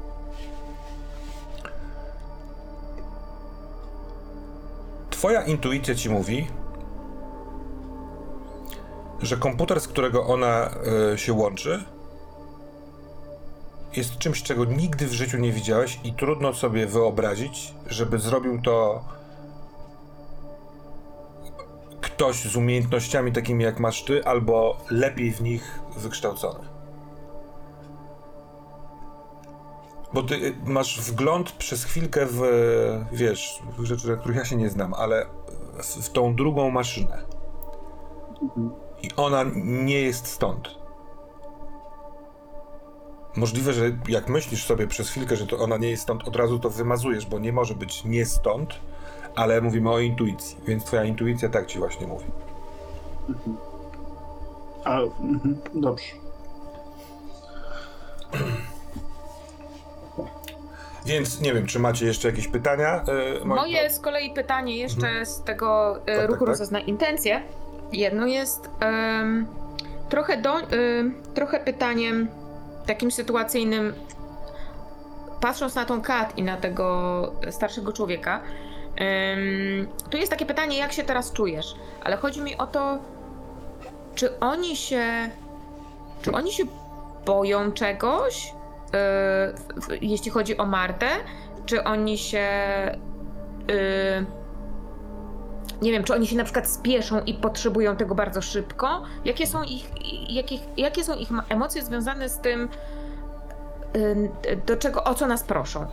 Twoja intuicja ci mówi, że komputer, z którego ona się łączy, jest czymś, czego nigdy w życiu nie widziałeś i trudno sobie wyobrazić, żeby zrobił to ktoś z umiejętnościami takimi jak masz ty, albo lepiej w nich wykształcony. Bo ty masz wgląd przez chwilkę w, wiesz, w rzeczy, na których ja się nie znam, ale w tą drugą maszynę. I ona nie jest stąd. Możliwe, że jak myślisz sobie przez chwilkę, że to ona nie jest stąd, od razu to wymazujesz, bo nie może być nie stąd, ale mówimy o intuicji, więc twoja intuicja tak ci właśnie mówi. Dobrze. Więc nie wiem, czy macie jeszcze jakieś pytania? Moje z kolei pytanie jeszcze z tego ruchu tak. rozozna intencje. Jedno jest trochę pytaniem takim sytuacyjnym, patrząc na tą Kat i na tego starszego człowieka, tu jest takie pytanie, jak się teraz czujesz, ale chodzi mi o to, czy oni się boją czegoś, jeśli chodzi o Martę, czy oni się nie wiem, czy oni się na przykład spieszą i potrzebują tego bardzo szybko? Jakie są ich emocje związane z tym, o co nas proszą?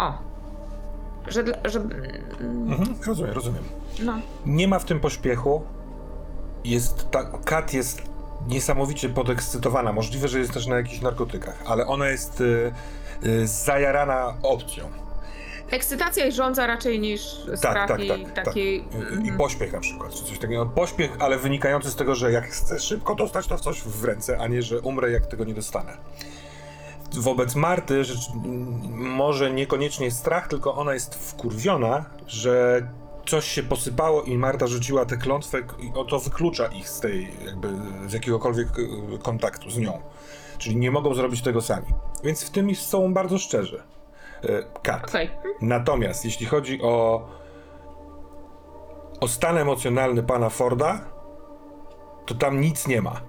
Rozumiem. No. Nie ma w tym pośpiechu. Kat jest niesamowicie podekscytowana. Możliwe, że jest też na jakichś narkotykach, ale ona jest zajarana opcją. Ekscytacja i żądza raczej niż strach I pośpiech na przykład, czy coś takiego. Pośpiech, ale wynikający z tego, że jak chcę szybko dostać to coś w ręce, a nie, że umrę, jak tego nie dostanę. Wobec Marty może niekoniecznie strach, tylko ona jest wkurwiona, że coś się posypało i Marta rzuciła tę klątwę i to wyklucza ich z jakiegokolwiek kontaktu z nią. Czyli nie mogą zrobić tego sami. Więc w tym są bardzo szczerzy. Kat. Okay. Natomiast jeśli chodzi o stan emocjonalny pana Forda, to tam nic nie ma.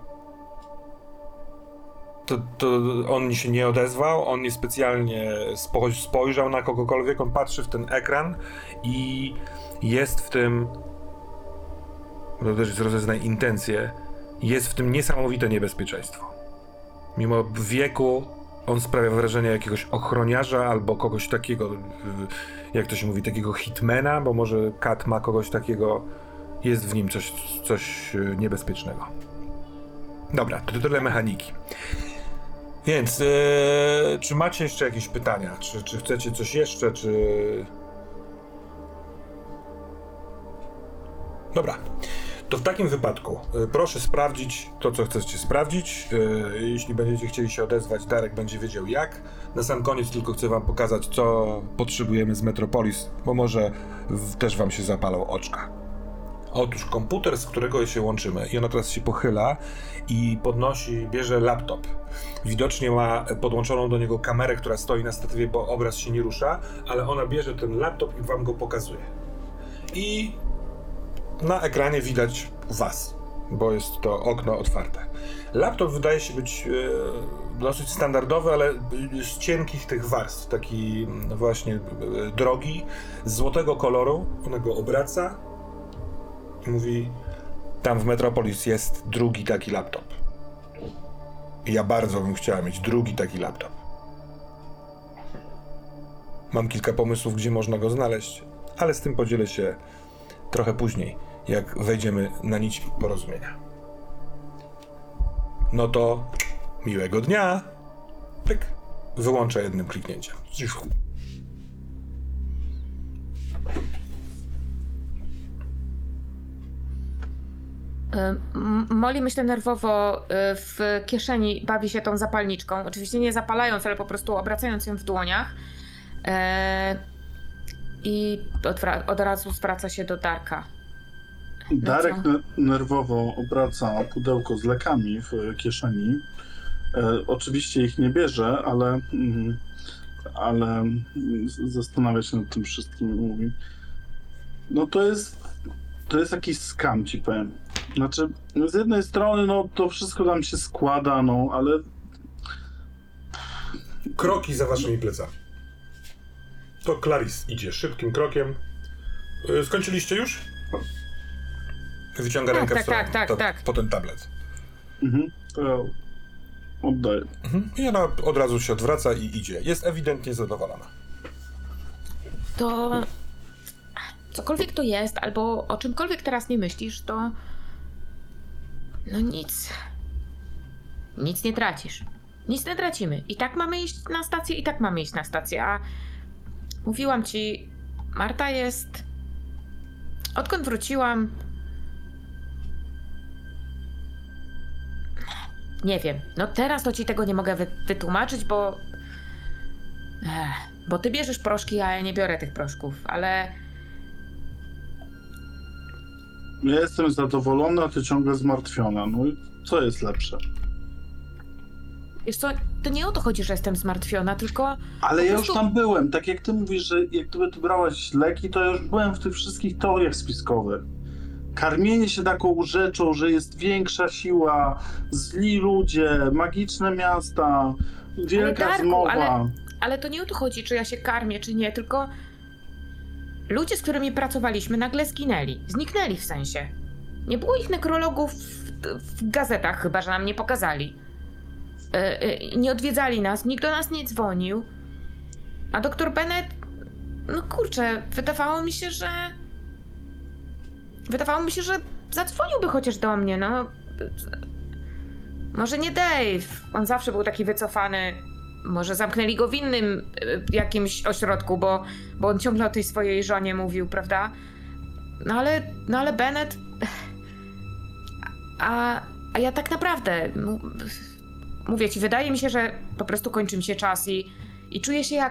To on się nie odezwał, on niespecjalnie spojrzał na kogokolwiek, on patrzy w ten ekran i jest w tym, to też jest rozeznaj intencje, jest w tym niesamowite niebezpieczeństwo. Mimo wieku on sprawia wrażenie jakiegoś ochroniarza albo kogoś takiego, jak to się mówi, takiego hitmana, bo może Kat ma kogoś takiego, jest w nim coś niebezpiecznego. Dobra, to tyle mechaniki. Więc, czy macie jeszcze jakieś pytania? Czy chcecie coś jeszcze, czy... Dobra. To w takim wypadku proszę sprawdzić to, co chcecie sprawdzić. Jeśli będziecie chcieli się odezwać, Darek będzie wiedział jak. Na sam koniec tylko chcę wam pokazać, co potrzebujemy z Metropolis, bo może też wam się zapalą oczka. Otóż komputer, z którego się łączymy, i ona teraz się pochyla i bierze laptop. Widocznie ma podłączoną do niego kamerę, która stoi na statywie, bo obraz się nie rusza, ale ona bierze ten laptop i wam go pokazuje. I na ekranie widać was, bo jest to okno otwarte. Laptop wydaje się być dosyć standardowy, ale z cienkich tych warstw, taki właśnie drogi, złotego koloru. Ona go obraca i mówi: tam w Metropolis jest drugi taki laptop. I ja bardzo bym chciała mieć drugi taki laptop. Mam kilka pomysłów, gdzie można go znaleźć, ale z tym podzielę się trochę później, jak wejdziemy na nić porozumienia. No to miłego dnia. Pyk. Wyłączę jednym kliknięciem. Molly, myślę, nerwowo w kieszeni bawi się tą zapalniczką. Oczywiście nie zapalając, ale po prostu obracając ją w dłoniach. I od razu zwraca się do Darka. Darek nerwowo obraca pudełko z lekami w kieszeni. Oczywiście ich nie bierze, ale zastanawia się nad tym wszystkim i mówi: no to jest jakiś skam, ci powiem. Znaczy, z jednej strony, no to wszystko tam się składa, no ale... Kroki za waszymi plecami. To Clarice idzie szybkim krokiem. Skończyliście już? Wyciąga rękę w stronę, tak. po ten tablet. To ja oddaję. I ona od razu się odwraca i idzie. Jest ewidentnie zadowolona. To cokolwiek to jest, albo o czymkolwiek teraz nie myślisz, to no nic. Nic nie tracisz. Nic nie tracimy. I tak mamy iść na stację, i tak mamy iść na stację. A mówiłam ci, Marta jest... Odkąd wróciłam... Nie wiem. No teraz to ci tego nie mogę wytłumaczyć, bo ty bierzesz proszki, a ja nie biorę tych proszków, ale... Ja jestem zadowolona, a ty ciągle zmartwiona. No i co jest lepsze? Wiesz co, to nie o to chodzi, że jestem zmartwiona, tylko... Ale ja prostu... już tam byłem. Tak jak ty mówisz, że jak ty brałaś leki, to ja już byłem w tych wszystkich teoriach spiskowych. Karmienie się taką rzeczą, że jest większa siła, źli ludzie, magiczne miasta, wielka Darku, zmowa. Ale to nie o to chodzi, czy ja się karmię, czy nie, tylko... Ludzie, z którymi pracowaliśmy, nagle zginęli. Zniknęli w sensie. Nie było ich nekrologów w gazetach, chyba że nam nie pokazali. Nie odwiedzali nas, nikt do nas nie dzwonił. A doktor Bennett... No kurczę, wydawało mi się, że zadzwoniłby chociaż do mnie, no. Może nie Dave. On zawsze był taki wycofany. Może zamknęli go w innym jakimś ośrodku, bo on ciągle o tej swojej żonie mówił, prawda? No ale Bennett... A ja tak naprawdę... Mówię ci, wydaje mi się, że po prostu kończy mi się czas i czuję się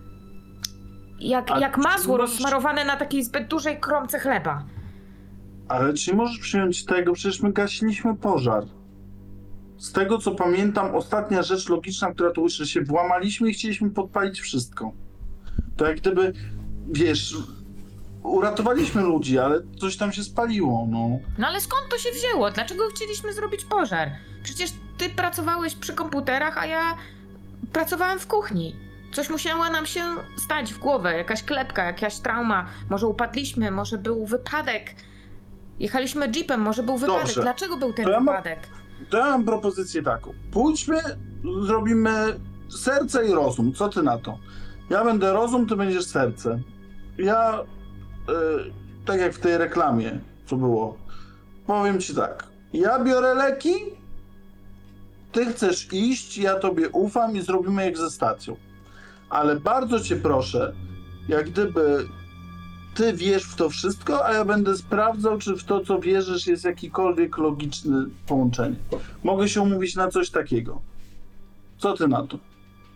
jak masło rozsmarowane na takiej zbyt dużej kromce chleba. Ale czy możesz przyjąć tego? Przecież my gasiliśmy pożar. Z tego co pamiętam, ostatnia rzecz logiczna, która tu że się włamaliśmy i chcieliśmy podpalić wszystko. To jak gdyby, wiesz, uratowaliśmy ludzi, ale coś tam się spaliło, no. No ale skąd to się wzięło? Dlaczego chcieliśmy zrobić pożar? Przecież ty pracowałeś przy komputerach, a ja pracowałam w kuchni. Coś musiało nam się stać w głowę, jakaś klepka, jakaś trauma. Może upadliśmy, może był wypadek. Jechaliśmy jeepem, może był wypadek. Dobrze. Dlaczego był ten To ja wypadek? To ja mam propozycję taką. Pójdźmy, zrobimy serce i rozum. Co ty na to? Ja będę rozum, ty będziesz serce. Ja, tak jak w tej reklamie, co było, powiem ci tak. Ja biorę leki, ty chcesz iść, ja tobie ufam i zrobimy jak ze stacją. Ale bardzo cię proszę, jak gdyby ty wierz w to wszystko, a ja będę sprawdzał, czy w to, co wierzysz, jest jakikolwiek logiczne połączenie. Mogę się umówić na coś takiego. Co ty na to?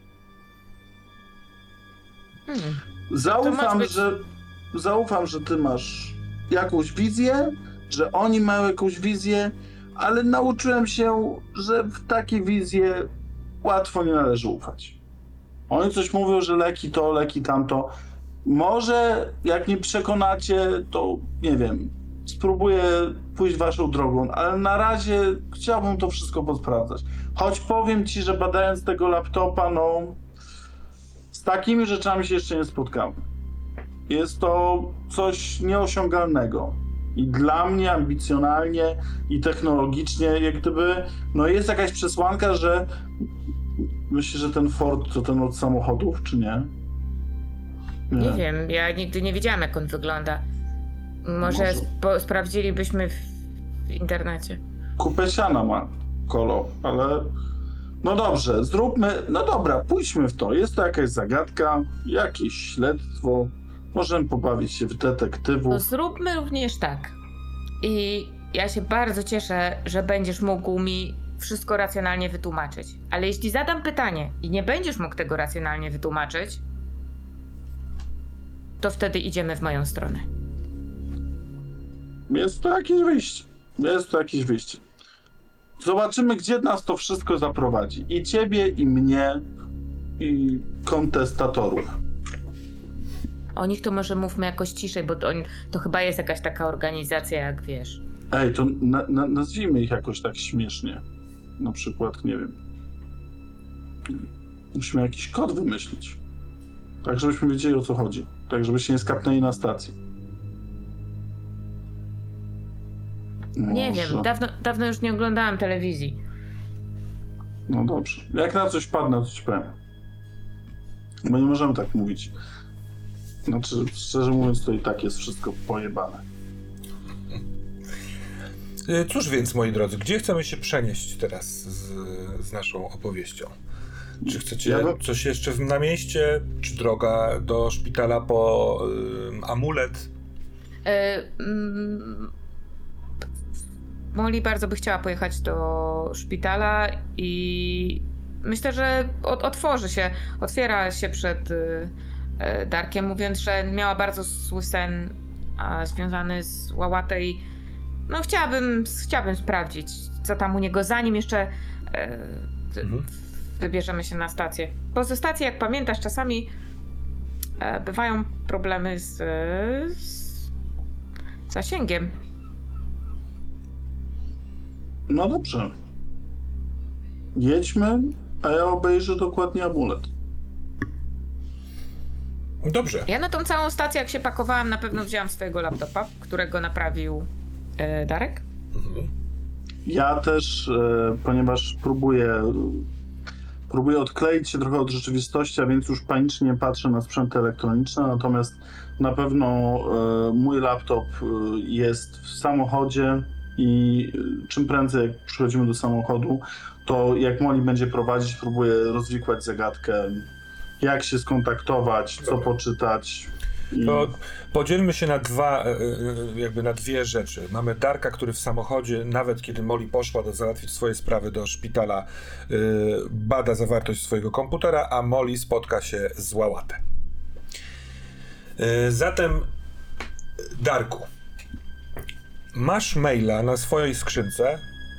Zaufam, że ty masz jakąś wizję, że oni mają jakąś wizję, ale nauczyłem się, że w takie wizje łatwo nie należy ufać. Oni coś mówią, że leki to, leki tamto. Może jak nie przekonacie, to nie wiem, spróbuję pójść waszą drogą, ale na razie chciałbym to wszystko posprawdzać. Choć powiem ci, że badając tego laptopa, no z takimi rzeczami się jeszcze nie spotkałem. Jest to coś nieosiągalnego. I dla mnie ambicjonalnie i technologicznie, jak gdyby, no jest jakaś przesłanka, że myślę, że ten Ford to ten od samochodów, czy nie? Nie wiem, ja nigdy nie widziałam, jak on wygląda. Może sprawdzilibyśmy w internecie. Kupę siana ma Kolo, ale... No dobrze, no dobra, pójdźmy w to. Jest to jakaś zagadka, jakieś śledztwo. Możemy pobawić się w detektywów. No zróbmy również tak. I ja się bardzo cieszę, że będziesz mógł mi wszystko racjonalnie wytłumaczyć. Ale jeśli zadam pytanie i nie będziesz mógł tego racjonalnie wytłumaczyć, to wtedy idziemy w moją stronę. Jest to jakieś wyjście. Zobaczymy, gdzie nas to wszystko zaprowadzi. I ciebie, i mnie, i kontestatorów. O nich to może mówmy jakoś ciszej, bo to chyba jest jakaś taka organizacja, jak wiesz. Ej, to nazwijmy ich jakoś tak śmiesznie. Na przykład, nie wiem. Musimy jakiś kod wymyślić. Tak, żebyśmy wiedzieli, o co chodzi. Tak, żeby się nie skapnęli na stacji. Nie wiem, dawno już nie oglądałam telewizji. No dobrze. Jak na coś padnę, to ci powiem. Bo nie możemy tak mówić. Znaczy, szczerze mówiąc, to i tak jest wszystko pojebane. Cóż więc, moi drodzy, gdzie chcemy się przenieść teraz z naszą opowieścią? Czy chcecie coś jeszcze na mieście? Czy droga do szpitala po amulet? Molly bardzo by chciała pojechać do szpitala i myślę, że otwiera się przed Darkiem, mówiąc, że miała bardzo zły sen związany z Łałatej. No chciałabym sprawdzić, co tam u niego, zanim jeszcze wybierzemy się na stację. Bo ze stacji, jak pamiętasz, czasami bywają problemy z zasięgiem. No dobrze. Jedźmy, a ja obejrzę dokładnie amulet. Dobrze. Ja na tą całą stację, jak się pakowałam, na pewno wzięłam swojego laptopa, którego naprawił Darek. Ja też, ponieważ próbuję odkleić się trochę od rzeczywistości, a więc już panicznie patrzę na sprzęty elektroniczne, natomiast na pewno mój laptop jest w samochodzie i czym prędzej jak przychodzimy do samochodu, to jak Molly będzie prowadzić, próbuję rozwikłać zagadkę, jak się skontaktować, co poczytać. To podzielmy się na dwie rzeczy. Mamy Darka, który w samochodzie, nawet kiedy Molly poszła załatwić swoje sprawy do szpitala, bada zawartość swojego komputera, a Molly spotka się z Łałatę. Zatem, Darku, masz maila na swojej skrzynce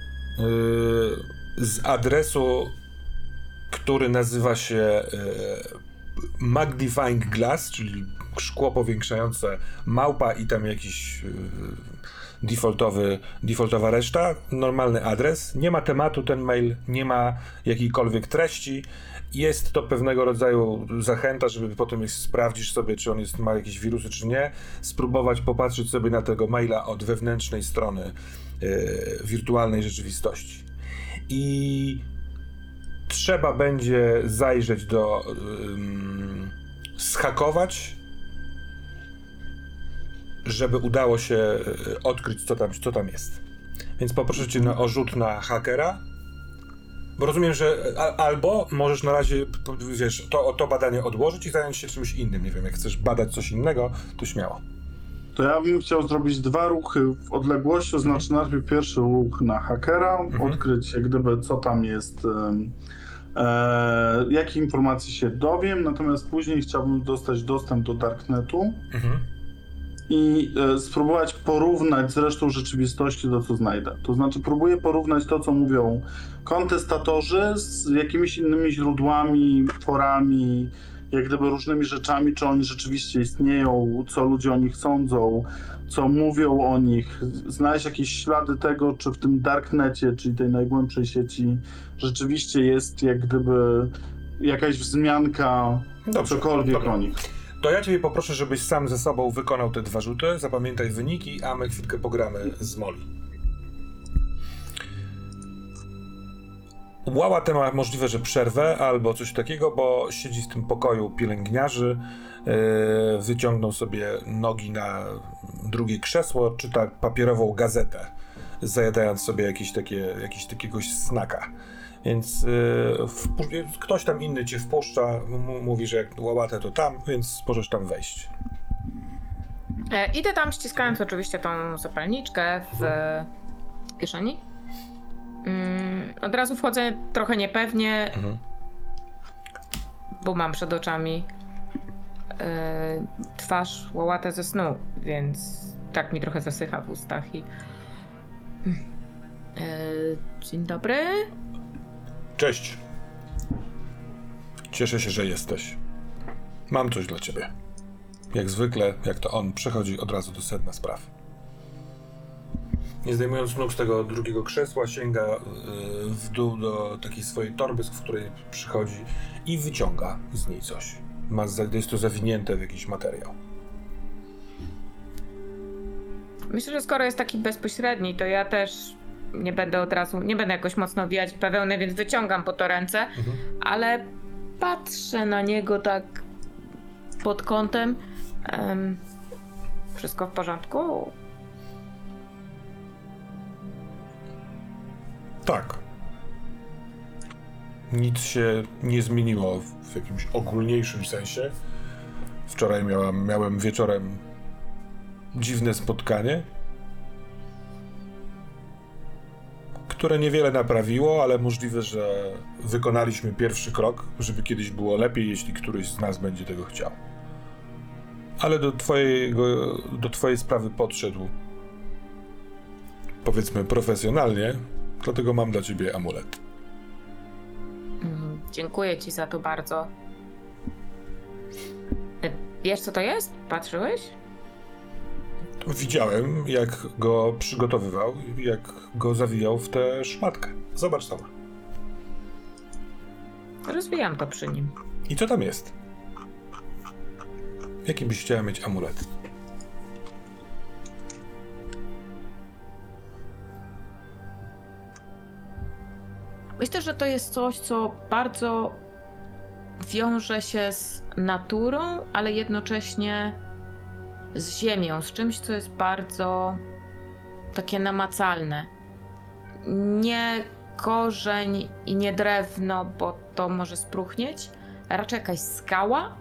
z adresu, który nazywa się Magnifying Glass, czyli szkło powiększające małpa i tam jakiś defaultowa reszta, normalny adres. Nie ma tematu ten mail, nie ma jakiejkolwiek treści. Jest to pewnego rodzaju zachęta, żeby potem jak sprawdzisz sobie, czy on ma jakieś wirusy, czy nie, spróbować popatrzeć sobie na tego maila od wewnętrznej strony wirtualnej rzeczywistości. I trzeba będzie zajrzeć zhakować, żeby udało się odkryć, co tam jest. Więc poproszę cię o rzut na hakera, bo rozumiem, że albo możesz na razie, wiesz, to badanie odłożyć i zająć się czymś innym. Nie wiem, jak chcesz badać coś innego, to śmiało. To ja bym chciał zrobić 2 ruchy w odległości, to znaczy najpierw pierwszy ruch na hakera, odkryć jak gdyby co tam jest, jakie informacje się dowiem, natomiast później chciałbym dostać dostęp do Darknetu i spróbować porównać z resztą rzeczywistości to, co znajdę. To znaczy próbuję porównać to, co mówią kontestatorzy z jakimiś innymi źródłami, forami, jak gdyby różnymi rzeczami, czy oni rzeczywiście istnieją, co ludzie o nich sądzą, co mówią o nich, znaleźć jakieś ślady tego, czy w tym Darknecie, czyli tej najgłębszej sieci, rzeczywiście jest jak gdyby jakaś wzmianka, cokolwiek o nich. To ja ciebie poproszę, żebyś sam ze sobą wykonał te 2 rzuty, zapamiętaj wyniki, a my chwilkę pogramy z Molly. Łałatę ma możliwe, że przerwę albo coś takiego, bo siedzi w tym pokoju pielęgniarzy, wyciągnął sobie nogi na drugie krzesło, czyta papierową gazetę, zajadając sobie jakiegoś snaka. Więc ktoś tam inny cię wpuszcza, mówi, że jak łałatę to tam, więc możesz tam wejść. Idę tam ściskając oczywiście tą zapalniczkę w kieszeni. Od razu wchodzę trochę niepewnie, bo mam przed oczami twarz łałatę ze snu, więc tak mi trochę zasycha w ustach i... Dzień dobry. Cześć. Cieszę się, że jesteś. Mam coś dla ciebie. Jak zwykle, jak to on, przechodzi od razu do sedna spraw. Nie zdejmując nóg z tego drugiego krzesła, sięga w dół do takiej swojej torby, z której przychodzi i wyciąga z niej coś. Jest to zawinięte w jakiś materiał. Myślę, że skoro jest taki bezpośredni, to ja też nie będę jakoś mocno wijać bawełnę, więc wyciągam po to ręce, ale patrzę na niego tak pod kątem. Wszystko w porządku? Tak. Nic się nie zmieniło w jakimś ogólniejszym sensie. Wczoraj miałem wieczorem dziwne spotkanie, które niewiele naprawiło, ale możliwe, że wykonaliśmy pierwszy krok, żeby kiedyś było lepiej, jeśli któryś z nas będzie tego chciał. Ale do twojej sprawy podszedł, powiedzmy, profesjonalnie, dlatego mam dla ciebie amulet. Dziękuję ci za to bardzo. Wiesz, co to jest? Patrzyłeś? Widziałem, jak go przygotowywał, jak go zawijał w tę szmatkę. Zobacz sama. Rozwijam to przy nim. I co tam jest? Jaki byś chciała mieć amulet? Myślę, że to jest coś, co bardzo wiąże się z naturą, ale jednocześnie z ziemią, z czymś, co jest bardzo takie namacalne. Nie korzeń i nie drewno, bo to może spróchnieć, a raczej jakaś skała.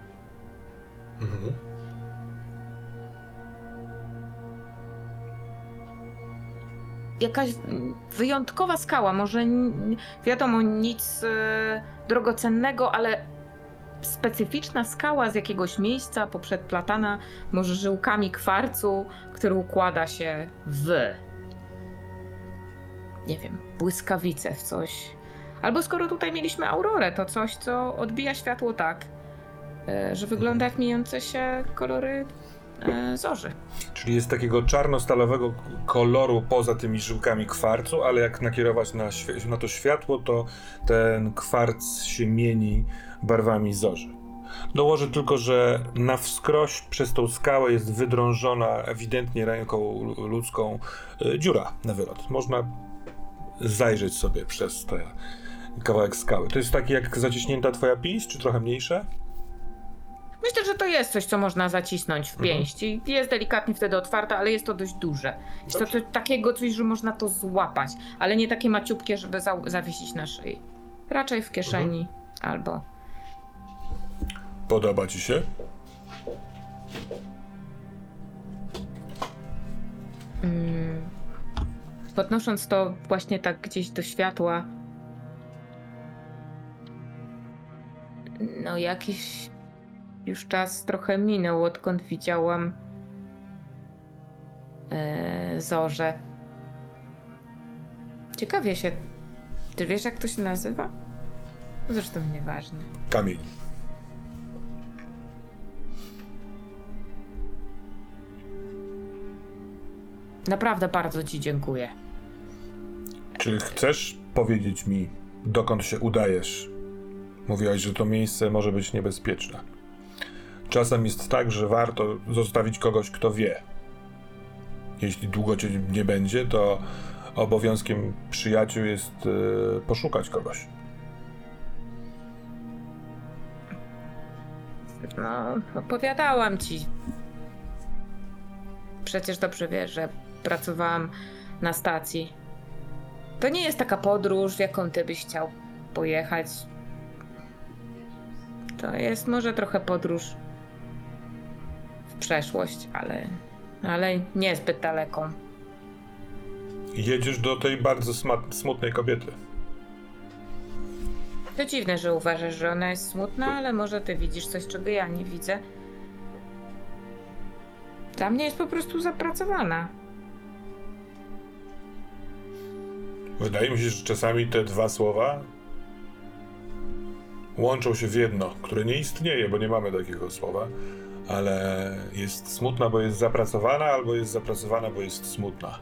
Jakaś wyjątkowa skała, może wiadomo, nic drogocennego, ale specyficzna skała z jakiegoś miejsca, poprzedplatana może żyłkami kwarcu, który układa się w, nie wiem, błyskawice, w coś. Albo skoro tutaj mieliśmy aurorę, to coś, co odbija światło tak, że wygląda jak mieniące się kolory zorzy. Czyli jest takiego czarno-stalowego koloru poza tymi żyłkami kwarcu, ale jak nakierować na to światło, to ten kwarc się mieni barwami zorzy. Dołożę tylko, że na wskroś przez tą skałę jest wydrążona ewidentnie ręką ludzką dziura na wylot. Można zajrzeć sobie przez ten kawałek skały. To jest taki jak zaciśnięta twoja pięść, czy trochę mniejsze? Myślę, że to jest coś, co można zacisnąć w pięści. Jest delikatnie wtedy otwarta, ale jest to dość duże. Jest to coś takiego, że można to złapać, ale nie takie maciupkie, żeby zawiesić na szyi. Raczej w kieszeni albo... Podoba ci się? Podnosząc to właśnie tak gdzieś do światła, no jakiś już czas trochę minął, odkąd widziałam zorzę. Ciekawie się, ty wiesz, jak to się nazywa? Zresztą nieważne. Kamień. Naprawdę bardzo ci dziękuję. Czy chcesz powiedzieć mi, dokąd się udajesz? Mówiłaś, że to miejsce może być niebezpieczne. Czasem jest tak, że warto zostawić kogoś, kto wie. Jeśli długo cię nie będzie, to obowiązkiem przyjaciół jest poszukać kogoś. No, opowiadałam ci. Przecież dobrze wiesz, że pracowałam na stacji. To nie jest taka podróż, w jaką ty byś chciał pojechać. To jest może trochę podróż w przeszłość, ale niezbyt daleką. Jedziesz do tej bardzo smutnej kobiety. To dziwne, że uważasz, że ona jest smutna, ale może ty widzisz coś, czego ja nie widzę. Dla mnie jest po prostu zapracowana. Wydaje mi się, że czasami te dwa słowa łączą się w jedno, które nie istnieje, bo nie mamy takiego słowa, ale jest smutna, bo jest zapracowana, albo jest zapracowana, bo jest smutna.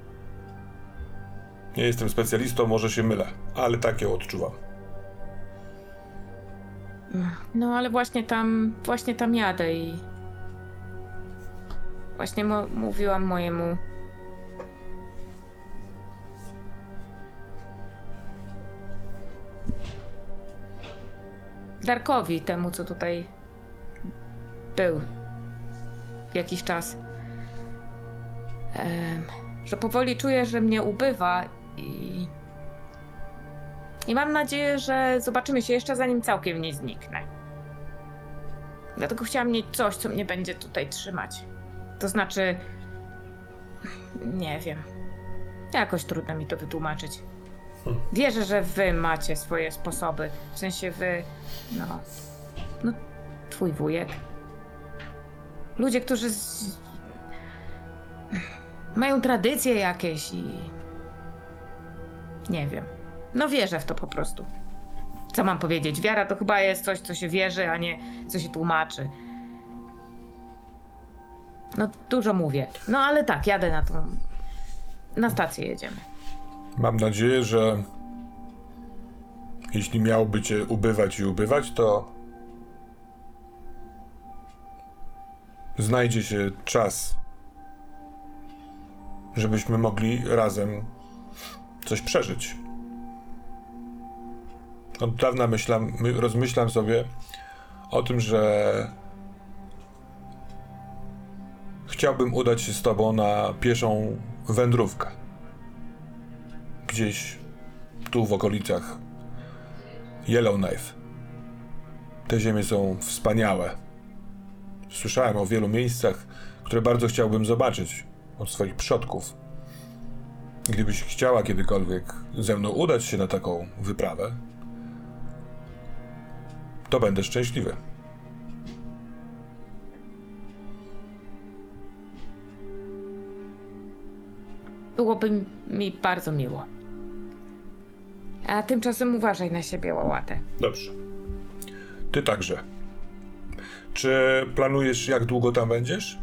Nie jestem specjalistą, może się mylę, ale tak ją odczuwam. No ale właśnie tam jadę i właśnie mówiłam mojemu Darkowi, temu co tutaj był jakiś czas, że powoli czuję, że mnie ubywa i mam nadzieję, że zobaczymy się jeszcze zanim całkiem nie zniknę. Dlatego chciałam mieć coś, co mnie będzie tutaj trzymać. To znaczy, nie wiem, jakoś trudno mi to wytłumaczyć. Wierzę, że wy macie swoje sposoby. W sensie wy, no twój wujek. Ludzie, którzy mają tradycje jakieś i nie wiem. No wierzę w to po prostu. Co mam powiedzieć? Wiara to chyba jest coś, co się wierzy, a nie co się tłumaczy. No dużo mówię. No ale tak, jadę na stację jedziemy. Mam nadzieję, że jeśli miałoby cię ubywać i ubywać, to znajdzie się czas, żebyśmy mogli razem coś przeżyć. Od dawna rozmyślam sobie o tym, że chciałbym udać się z tobą na pieszą wędrówkę. Gdzieś tu w okolicach Yellowknife. Te ziemie są wspaniałe. Słyszałem o wielu miejscach, które bardzo chciałbym zobaczyć od swoich przodków. Gdybyś chciała kiedykolwiek ze mną udać się na taką wyprawę, to będę szczęśliwy. Byłoby mi bardzo miło. A tymczasem uważaj na siebie, Łałatę. Dobrze. Ty także. Czy planujesz, jak długo tam będziesz?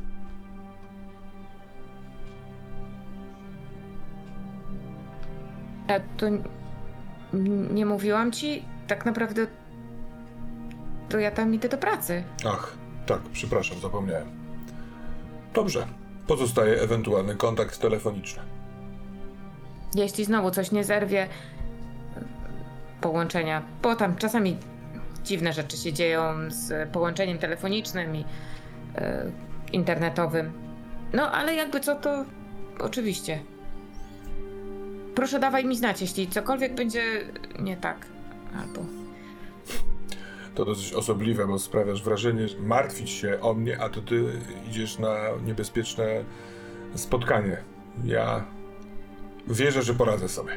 A to nie mówiłam ci? Tak naprawdę to ja tam idę do pracy. Ach, tak, przepraszam, zapomniałem. Dobrze. Pozostaje ewentualny kontakt telefoniczny. Jeśli znowu coś nie zerwie połączenia, bo tam czasami dziwne rzeczy się dzieją z połączeniem telefonicznym i internetowym. No, ale jakby co, to oczywiście. Proszę dawaj mi znać, jeśli cokolwiek będzie nie tak, albo... To dosyć osobliwe, bo sprawiasz wrażenie, że martwić się o mnie, a to ty idziesz na niebezpieczne spotkanie. Ja wierzę, że poradzę sobie.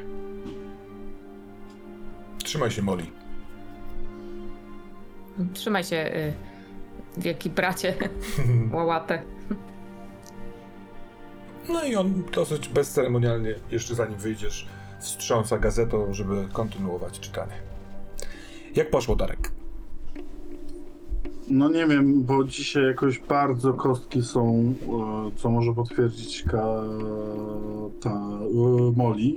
Trzymaj się, Molly. Trzymaj się, wielki bracie, Łałatę. No i on dosyć bezceremonialnie, jeszcze zanim wyjdziesz, wstrząsa gazetą, żeby kontynuować czytanie. Jak poszło, Darek? No nie wiem, bo dzisiaj jakoś bardzo kostki są, co może potwierdzić Molly.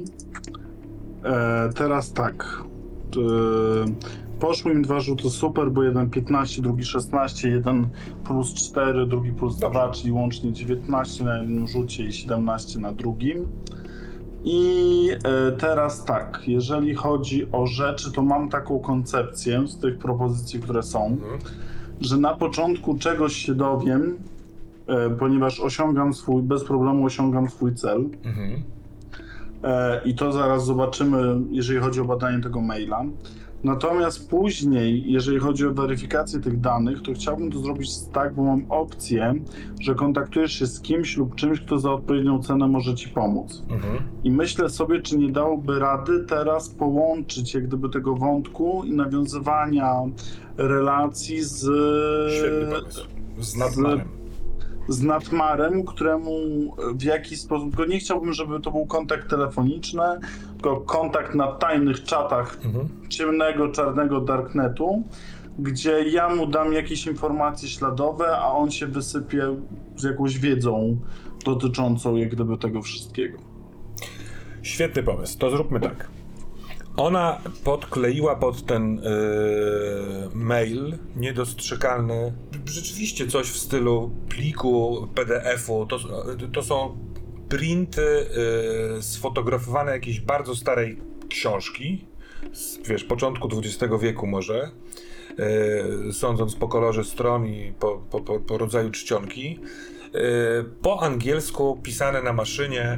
Teraz tak. Poszły im 2 rzuty super, bo jeden 15, drugi 16, jeden plus 4, drugi plus 2, czyli łącznie 19 na jednym rzucie i 17 na drugim. I teraz tak, jeżeli chodzi o rzeczy, to mam taką koncepcję z tych propozycji, które są, że na początku czegoś się dowiem, ponieważ bez problemu osiągam swój cel. I to zaraz zobaczymy, jeżeli chodzi o badanie tego maila. Natomiast później, jeżeli chodzi o weryfikację tych danych, to chciałbym to zrobić tak, bo mam opcję, że kontaktujesz się z kimś lub czymś, kto za odpowiednią cenę może ci pomóc. I myślę sobie, czy nie dałoby rady teraz połączyć jak gdyby tego wątku i nawiązywania relacji Świetny pomysł. Z Natmarem. Z Natmarem, któremu w jakiś sposób, tylko nie chciałbym, żeby to był kontakt telefoniczny, tylko kontakt na tajnych czatach ciemnego, czarnego darknetu, gdzie ja mu dam jakieś informacje śladowe, a on się wysypie z jakąś wiedzą dotyczącą jak gdyby tego wszystkiego. Świetny pomysł, to zróbmy tak. Ona podkleiła pod ten mail niedostrzegalny, rzeczywiście coś w stylu pliku PDF-u. To są printy sfotografowane jakiejś bardzo starej książki, z początku XX wieku może, sądząc po kolorze stron i po rodzaju czcionki, po angielsku pisane na maszynie.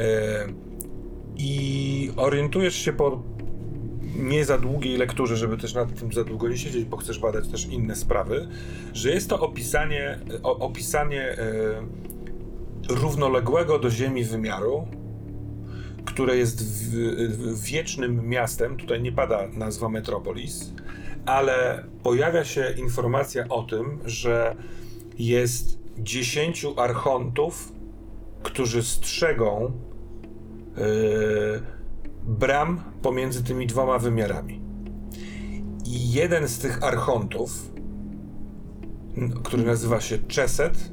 I orientujesz się po nie za długiej lekturze, żeby też nad tym za długo nie siedzieć, bo chcesz badać też inne sprawy, że jest to opisanie równoległego do Ziemi wymiaru, które jest wiecznym miastem. Tutaj nie pada nazwa Metropolis, ale pojawia się informacja o tym, że jest 10 archontów, którzy strzegą bram pomiędzy tymi dwoma wymiarami. I jeden z tych archontów, który nazywa się Chesed,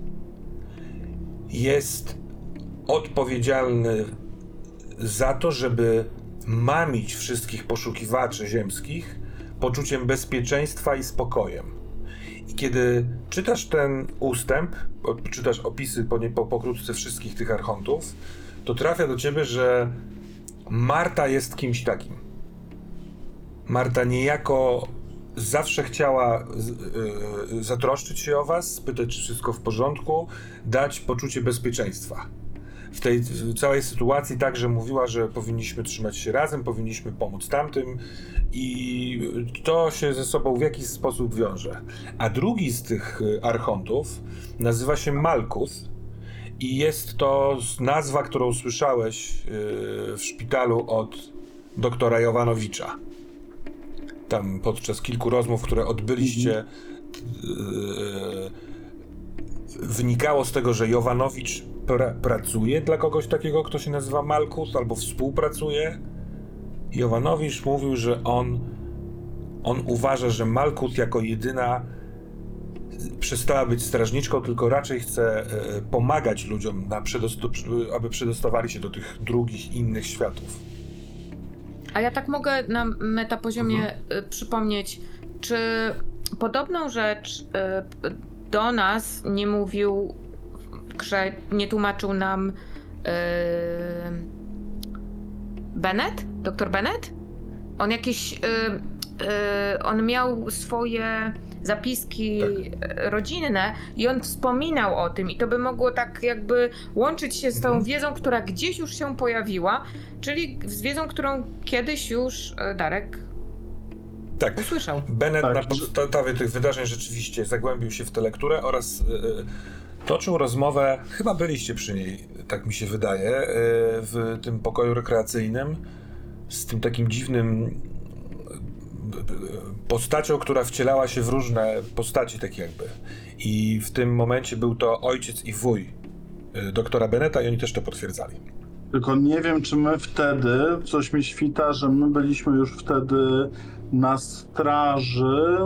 jest odpowiedzialny za to, żeby mamić wszystkich poszukiwaczy ziemskich poczuciem bezpieczeństwa i spokojem. I kiedy czytasz ten ustęp, czytasz opisy pokrótce wszystkich tych archontów, to trafia do ciebie, że Marta jest kimś takim. Marta niejako zawsze chciała zatroszczyć się o was, spytać, czy wszystko w porządku, dać poczucie bezpieczeństwa. W tej całej sytuacji także mówiła, że powinniśmy trzymać się razem, powinniśmy pomóc tamtym i to się ze sobą w jakiś sposób wiąże. A drugi z tych archontów nazywa się Malkuth i jest to nazwa, którą słyszałeś w szpitalu od doktora Jovanovicza. Tam podczas kilku rozmów, które odbyliście, wynikało z tego, że Jovanovicz pracuje dla kogoś takiego, kto się nazywa Malkuth, albo współpracuje. Jovanovicz mówił, że on uważa, że Malkuth jako jedyna przestała być strażniczką, tylko raczej chce pomagać ludziom, aby przedostawali się do tych drugich, innych światów. A ja tak mogę na metapoziomie przypomnieć, czy podobną rzecz do nas nie mówił, że nie tłumaczył nam Bennett? Dr. Bennett? On jakieś... on miał swoje zapiski rodzinne i on wspominał o tym i to by mogło tak jakby łączyć się z tą wiedzą, która gdzieś już się pojawiła, czyli z wiedzą, którą kiedyś już Darek usłyszał. Bennett na podstawie tych wydarzeń rzeczywiście zagłębił się w tę lekturę oraz toczył rozmowę, chyba byliście przy niej, tak mi się wydaje, w tym pokoju rekreacyjnym z tym takim dziwnym postacią, która wcielała się w różne postaci, tak jakby. I w tym momencie był to ojciec i wuj doktora Bennetta i oni też to potwierdzali. Tylko nie wiem, czy my wtedy, coś mi świta, że my byliśmy już wtedy na straży.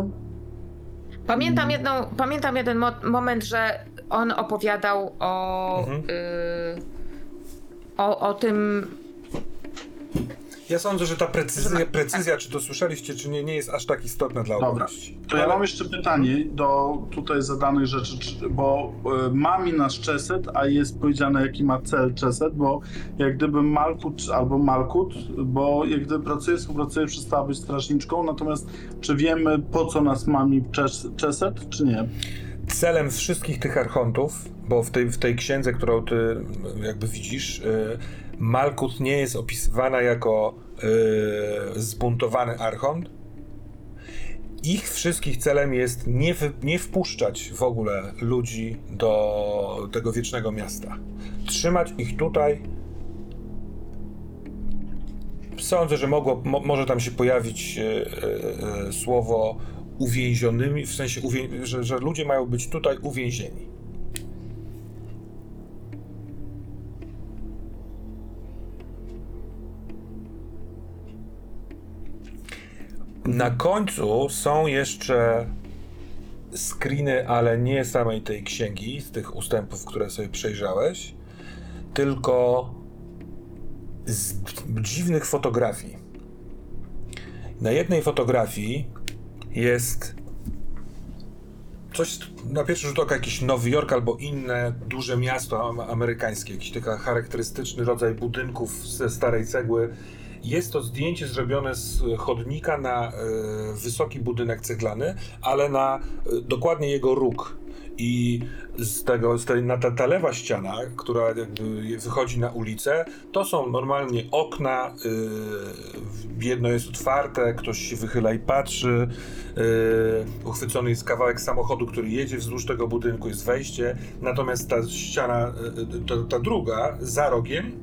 Pamiętam jeden moment, że on opowiadał o tym. Ja sądzę, że ta precyzja, czy to słyszeliście, czy nie jest aż tak istotna dla Dobra, opowieści. to ja mam jeszcze pytanie do tutaj zadanych rzeczy, bo ma minus Chesed, a jest powiedziane jaki ma cel Chesed, bo jak gdyby Malkut albo Malkut, bo jak gdyby współpracuje, przestała być strażniczką, natomiast czy wiemy po co nas mami Chesed, czy nie? Celem wszystkich tych archontów, bo w tej księdze, którą ty jakby widzisz, Malkut nie jest opisywana jako zbuntowany archont. Ich wszystkich celem jest nie wpuszczać w ogóle ludzi do tego wiecznego miasta. Trzymać ich tutaj. Sądzę, że może tam się pojawić słowo uwięzionymi, w sensie, że ludzie mają być tutaj uwięzieni. Na końcu są jeszcze screeny, ale nie samej tej księgi, z tych ustępów, które sobie przejrzałeś, tylko z dziwnych fotografii. Na jednej fotografii jest coś, na pierwszy rzut oka jakiś Nowy Jork albo inne duże miasto amerykańskie, jakiś taki charakterystyczny rodzaj budynków ze starej cegły. Jest to zdjęcie zrobione z chodnika na wysoki budynek ceglany, ale na dokładnie jego róg. I ta lewa ściana, która jakby wychodzi na ulicę, to są normalnie okna, jedno jest otwarte, ktoś się wychyla i patrzy, uchwycony jest kawałek samochodu, który jedzie wzdłuż tego budynku, jest wejście, natomiast ta ściana, ta druga, za rogiem,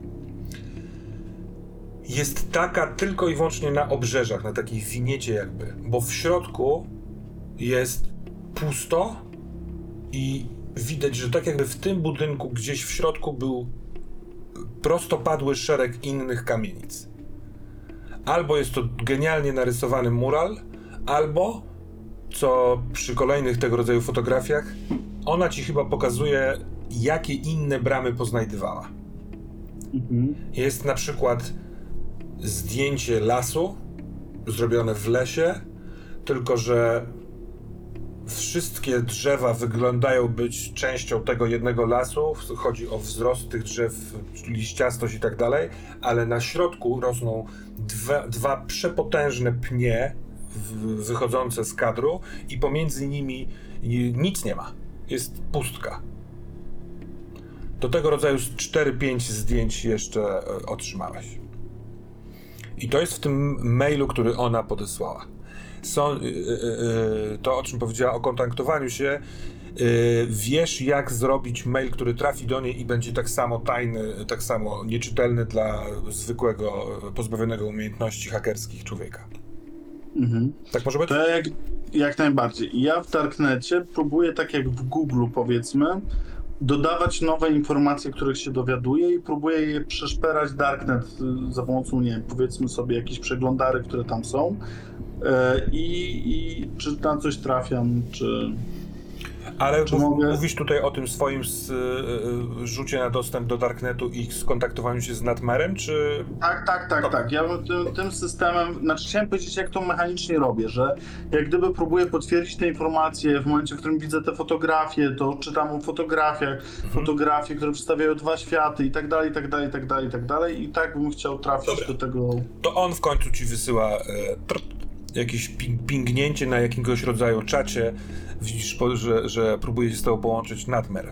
jest taka tylko i wyłącznie na obrzeżach, na takiej winiecie jakby, bo w środku jest pusto i widać, że tak jakby w tym budynku gdzieś w środku był prostopadły szereg innych kamienic. Albo jest to genialnie narysowany mural, albo, co przy kolejnych tego rodzaju fotografiach, ona ci chyba pokazuje, jakie inne bramy poznajdywała. Jest na przykład zdjęcie lasu zrobione w lesie, tylko że wszystkie drzewa wyglądają być częścią tego jednego lasu, chodzi o wzrost tych drzew, liściastość i tak dalej, ale na środku rosną dwa przepotężne pnie wychodzące z kadru i pomiędzy nimi nic nie ma, jest pustka. Do tego rodzaju 4-5 zdjęć jeszcze otrzymałeś. I to jest w tym mailu, który ona podesłała. To, o czym powiedziała o kontaktowaniu się, wiesz, jak zrobić mail, który trafi do niej i będzie tak samo tajny, tak samo nieczytelny dla zwykłego, pozbawionego umiejętności hakerskich człowieka. Tak może być? To jak najbardziej. Ja w Darknecie próbuję, tak jak w Google powiedzmy, dodawać nowe informacje, których się dowiaduję i próbuję je przeszperać Darknet za pomocą, nie wiem, powiedzmy sobie jakieś przeglądary, które tam są i czy na coś trafiam, czy... Ale mogę... mówisz tutaj o tym swoim rzucie na dostęp do Darknetu i skontaktowaniu się z Nightmare'em, czy... Tak. Ja tym systemem, chciałem powiedzieć, jak to mechanicznie robię, że jak gdyby próbuję potwierdzić te informacje w momencie, w którym widzę te fotografie, to czytam o fotografiach, fotografie, które przedstawiają dwa światy i tak dalej, i tak bym chciał trafić do tego... To on w końcu ci wysyła jakieś pingnięcie na jakiegoś rodzaju czacie. Widzisz, że próbuje się z tobą połączyć Nightmare.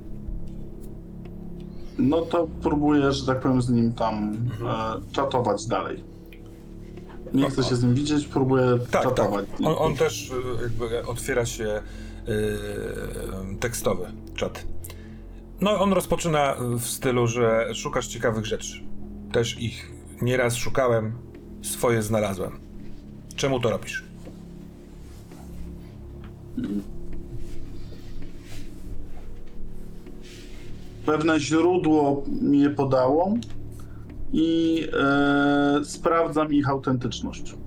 No to próbuję, że tak powiem, z nim tam czatować dalej. Nie chcę się z nim widzieć, próbuję czatować. Tak. On też jakby otwiera się tekstowy czat. No on rozpoczyna w stylu, że szukasz ciekawych rzeczy. Też ich nieraz szukałem, swoje znalazłem. Czemu to robisz? Pewne źródło mi je podało i sprawdzam ich autentyczność.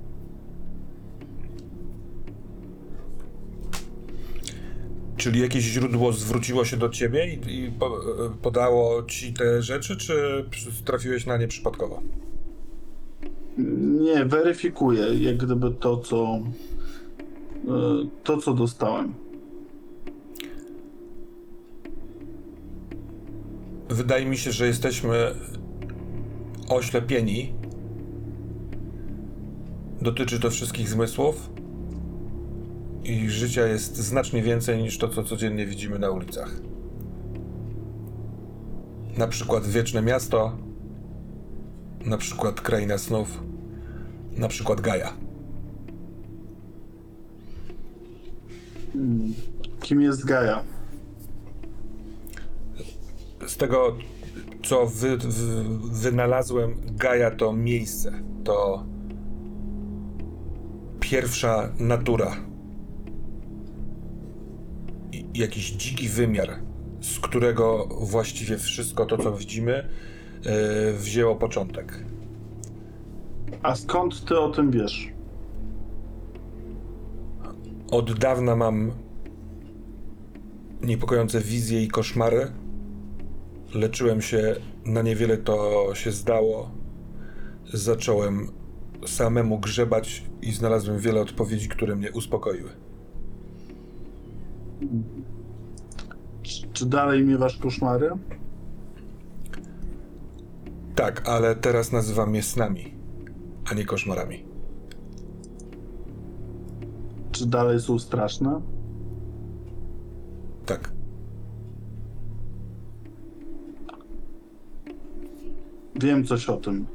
Czyli jakieś źródło zwróciło się do ciebie i podało ci te rzeczy, czy trafiłeś na nie przypadkowo? Nie, weryfikuję jak gdyby to, co dostałem. Wydaje mi się, że jesteśmy oślepieni. Dotyczy to wszystkich zmysłów i życia jest znacznie więcej niż to, co codziennie widzimy na ulicach. Na przykład wieczne miasto, na przykład kraina snów, na przykład Gaia. Kim jest Gaia? Z tego, co wynalazłem, Gaia to miejsce, to pierwsza natura. Jakiś dziki wymiar, z którego właściwie wszystko to, co widzimy, wzięło początek. A skąd ty o tym wiesz? Od dawna mam niepokojące wizje i koszmary. Leczyłem się, na niewiele to się zdało. Zacząłem samemu grzebać i znalazłem wiele odpowiedzi, które mnie uspokoiły. Czy dalej miewasz koszmary? Tak, ale teraz nazywam je snami, a nie koszmarami. Czy dalej są straszne? Tak. Wiem coś o tym.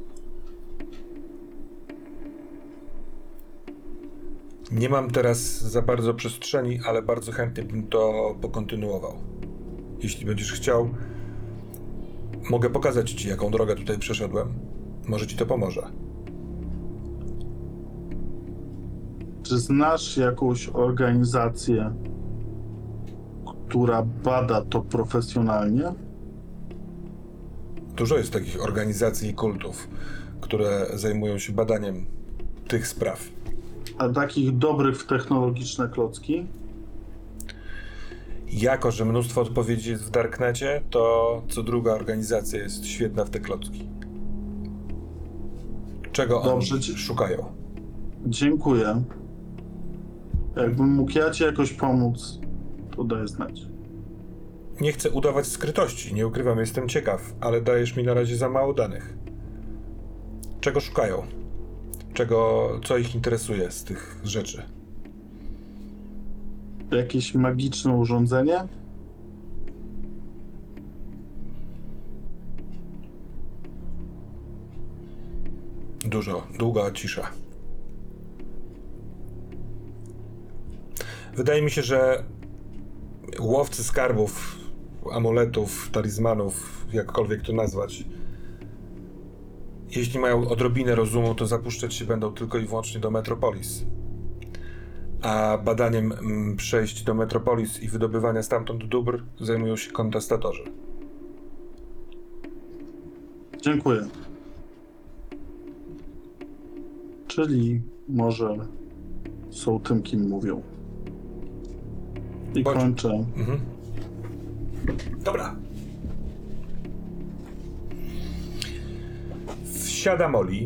Nie mam teraz za bardzo przestrzeni, ale bardzo chętnie bym to pokontynuował. Jeśli będziesz chciał, mogę pokazać ci, jaką drogę tutaj przeszedłem. Może ci to pomoże. Czy znasz jakąś organizację, która bada to profesjonalnie? Dużo jest takich organizacji i kultów, które zajmują się badaniem tych spraw. A takich dobrych w technologiczne klocki? Jako że mnóstwo odpowiedzi jest w Darknecie, to co druga organizacja jest świetna w te klocki. Czego Dobrze oni ci- szukają? Dziękuję. Jakbym mógł ja ci jakoś pomóc, to daj znać. Nie chcę udawać skrytości, nie ukrywam, jestem ciekaw, ale dajesz mi na razie za mało danych. Czego szukają? Co ich interesuje z tych rzeczy? Jakieś magiczne urządzenie? Długa cisza. Wydaje mi się, że łowcy skarbów, amuletów, talizmanów, jakkolwiek to nazwać, jeśli mają odrobinę rozumu, to zapuszczać się będą tylko i wyłącznie do Metropolis. A badaniem przejść do Metropolis i wydobywania stamtąd dóbr zajmują się kontestatorzy. Dziękuję. Czyli może są tym, kim mówią. I Bądź- kończę. Dobra. Wsiada Molly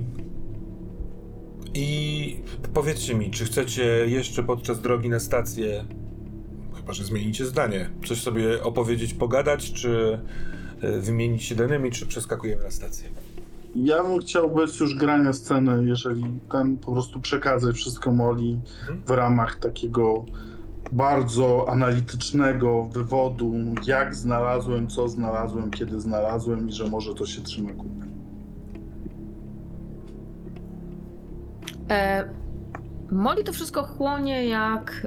i powiedzcie mi, czy chcecie jeszcze podczas drogi na stację, chyba że zmienicie zdanie, coś sobie opowiedzieć, pogadać, czy wymienić się danymi, czy przeskakujemy na stację? Ja bym chciał bez już grania sceny, jeżeli ten po prostu przekazać wszystko Molly w ramach takiego bardzo analitycznego wywodu, jak znalazłem, co znalazłem, kiedy znalazłem i że może to się trzyma kupy. Molly to wszystko chłonie jak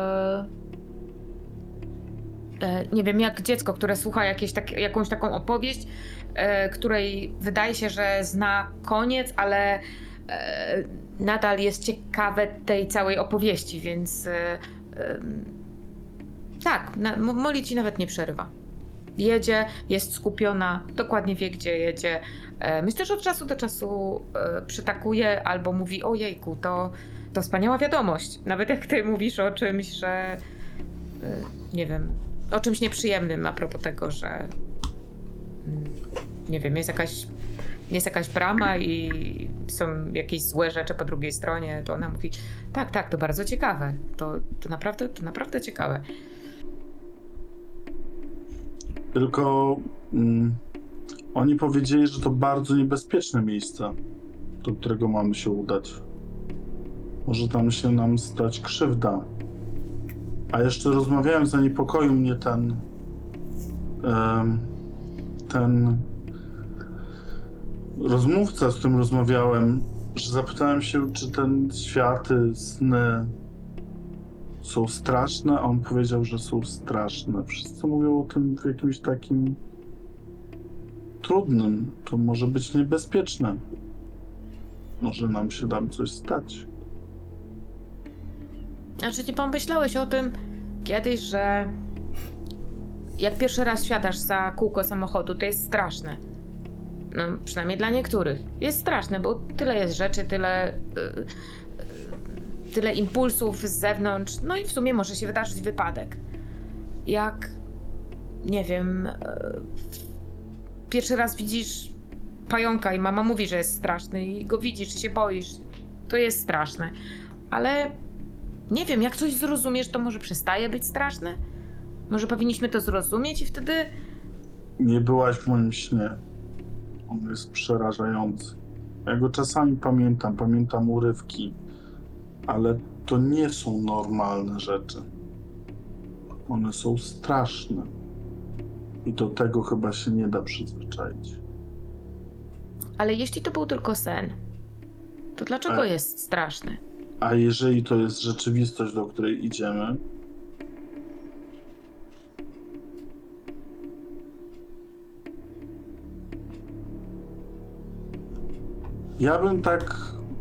nie wiem, jak dziecko, które słucha jakąś taką opowieść, której wydaje się, że zna koniec, ale nadal jest ciekawe tej całej opowieści, więc tak, Molly ci nawet nie przerywa. Jedzie, jest skupiona, dokładnie wie, gdzie jedzie. Myślę, że od czasu do czasu przytakuje albo mówi: ojejku, to wspaniała wiadomość. Nawet jak ty mówisz o czymś, że nie wiem, o czymś nieprzyjemnym a propos tego, że nie wiem, jest jakaś jest jakaś brama i są jakieś złe rzeczy po drugiej stronie, to ona mówi, tak, to bardzo ciekawe. To naprawdę ciekawe. Tylko oni powiedzieli, że to bardzo niebezpieczne miejsce, do którego mamy się udać. Może tam się nam stać krzywda. A jeszcze rozmawiałem, zaniepokoił mnie ten rozmówca, z którym rozmawiałem, że zapytałem się, czy ten światy, sny są straszne, a on powiedział, że są straszne. Wszyscy mówią o tym w jakimś takim trudnym. To może być niebezpieczne. Może nam się tam coś stać. Znaczy, nie pomyślałeś o tym kiedyś, że jak pierwszy raz wsiadasz za kółko samochodu, to jest straszne. No, przynajmniej dla niektórych. Jest straszne, bo tyle jest rzeczy, tyle impulsów z zewnątrz, no i w sumie może się wydarzyć wypadek. Jak, nie wiem, pierwszy raz widzisz pająka i mama mówi, że jest straszny i go widzisz i się boisz, to jest straszne. Ale nie wiem, jak coś zrozumiesz, to może przestaje być straszne? Może powinniśmy to zrozumieć i wtedy... Nie byłaś w moim śnie. On jest przerażający. Ja go czasami pamiętam urywki, ale to nie są normalne rzeczy. One są straszne. I do tego chyba się nie da przyzwyczaić. Ale jeśli to był tylko sen, to dlaczego jest straszny? A jeżeli to jest rzeczywistość, do której idziemy, ja bym tak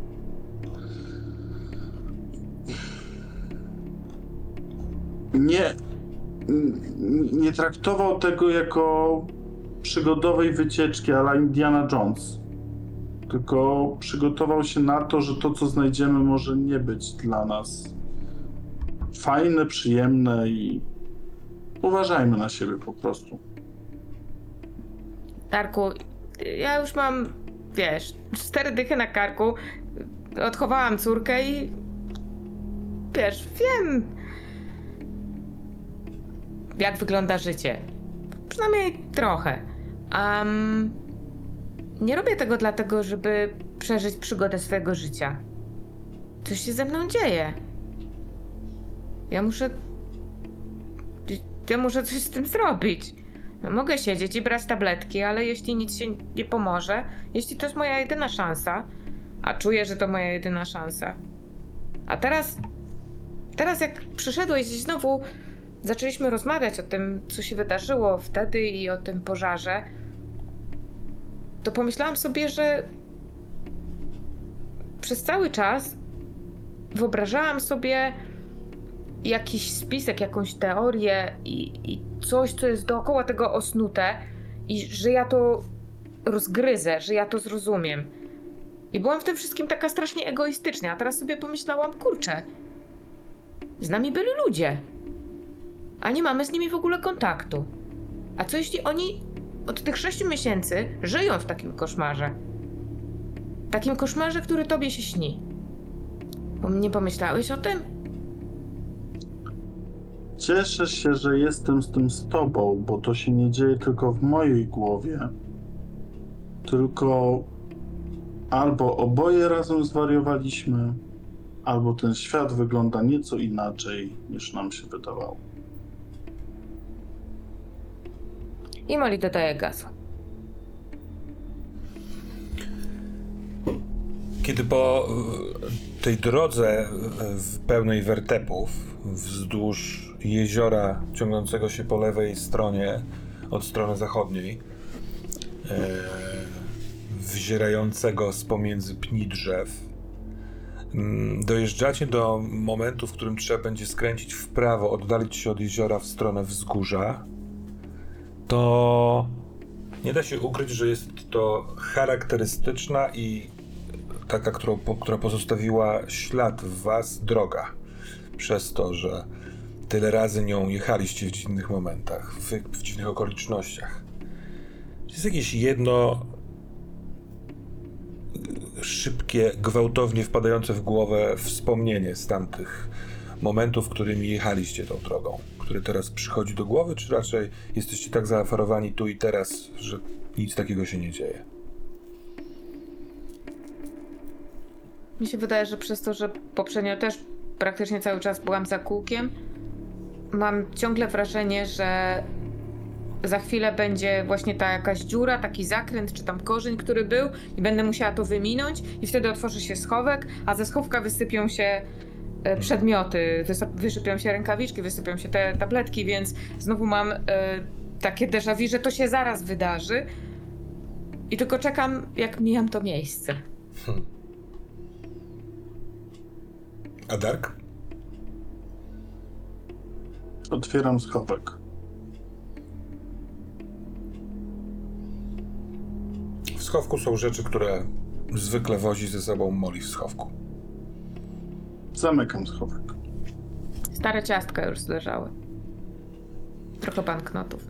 nie traktował tego jako przygodowej wycieczki a la Indiana Jones. Tylko przygotował się na to, że to, co znajdziemy, może nie być dla nas fajne, przyjemne i uważajmy na siebie po prostu. Darku, ja już mam, wiesz, 4 dychy na karku, odchowałam córkę i wiesz, wiem, jak wygląda życie. Przynajmniej trochę. Nie robię tego dlatego, żeby przeżyć przygodę swojego życia. Coś się ze mną dzieje. Ja muszę coś z tym zrobić. No, mogę siedzieć i brać tabletki, ale jeśli nic się nie pomoże, jeśli to jest moja jedyna szansa, a czuję, że to moja jedyna szansa. A teraz jak przyszedłeś i znowu zaczęliśmy rozmawiać o tym, co się wydarzyło wtedy i o tym pożarze, to pomyślałam sobie, że przez cały czas wyobrażałam sobie jakiś spisek, jakąś teorię i coś, co jest dookoła tego osnute i że ja to rozgryzę, że ja to zrozumiem. I byłam w tym wszystkim taka strasznie egoistycznie, a teraz sobie pomyślałam, kurczę, z nami byli ludzie, a nie mamy z nimi w ogóle kontaktu. A co jeśli oni od tych 6 miesięcy żyją w takim koszmarze? Takim koszmarze, który tobie się śni. Nie pomyślałeś o tym? Cieszę się, że jestem z tobą, bo to się nie dzieje tylko w mojej głowie. Tylko albo oboje razem zwariowaliśmy, albo ten świat wygląda nieco inaczej, niż nam się wydawało. I Molly dodaje gazu. Kiedy po tej drodze pełnej wertepów wzdłuż jeziora ciągnącego się po lewej stronie, od strony zachodniej, wzierającego z pomiędzy pni drzew, dojeżdżacie do momentu, w którym trzeba będzie skręcić w prawo, oddalić się od jeziora w stronę wzgórza, to nie da się ukryć, że jest to charakterystyczna i taka, która pozostawiła ślad w was droga. Przez to, że tyle razy nią jechaliście w dziwnych momentach, w dziwnych okolicznościach. Jest jakieś jedno szybkie, gwałtownie wpadające w głowę wspomnienie z tamtych momentów, którymi jechaliście tą drogą, który teraz przychodzi do głowy, czy raczej jesteście tak zaaferowani tu i teraz, że nic takiego się nie dzieje? Mi się wydaje, że przez to, że poprzednio też praktycznie cały czas byłam za kółkiem, mam ciągle wrażenie, że za chwilę będzie właśnie ta jakaś dziura, taki zakręt, czy tam korzeń, który był i będę musiała to wyminąć i wtedy otworzy się schowek, a ze schowka wysypią się przedmioty, wysypią się rękawiczki, wysypią się te tabletki, więc znowu mam takie déjà vu, że to się zaraz wydarzy i tylko czekam, jak mijam to miejsce. A Dark? Otwieram schowek. W schowku są rzeczy, które zwykle wozi ze sobą Molly w schowku. Zamykam schowek. Stare ciastka już zleżały. Trochę banknotów.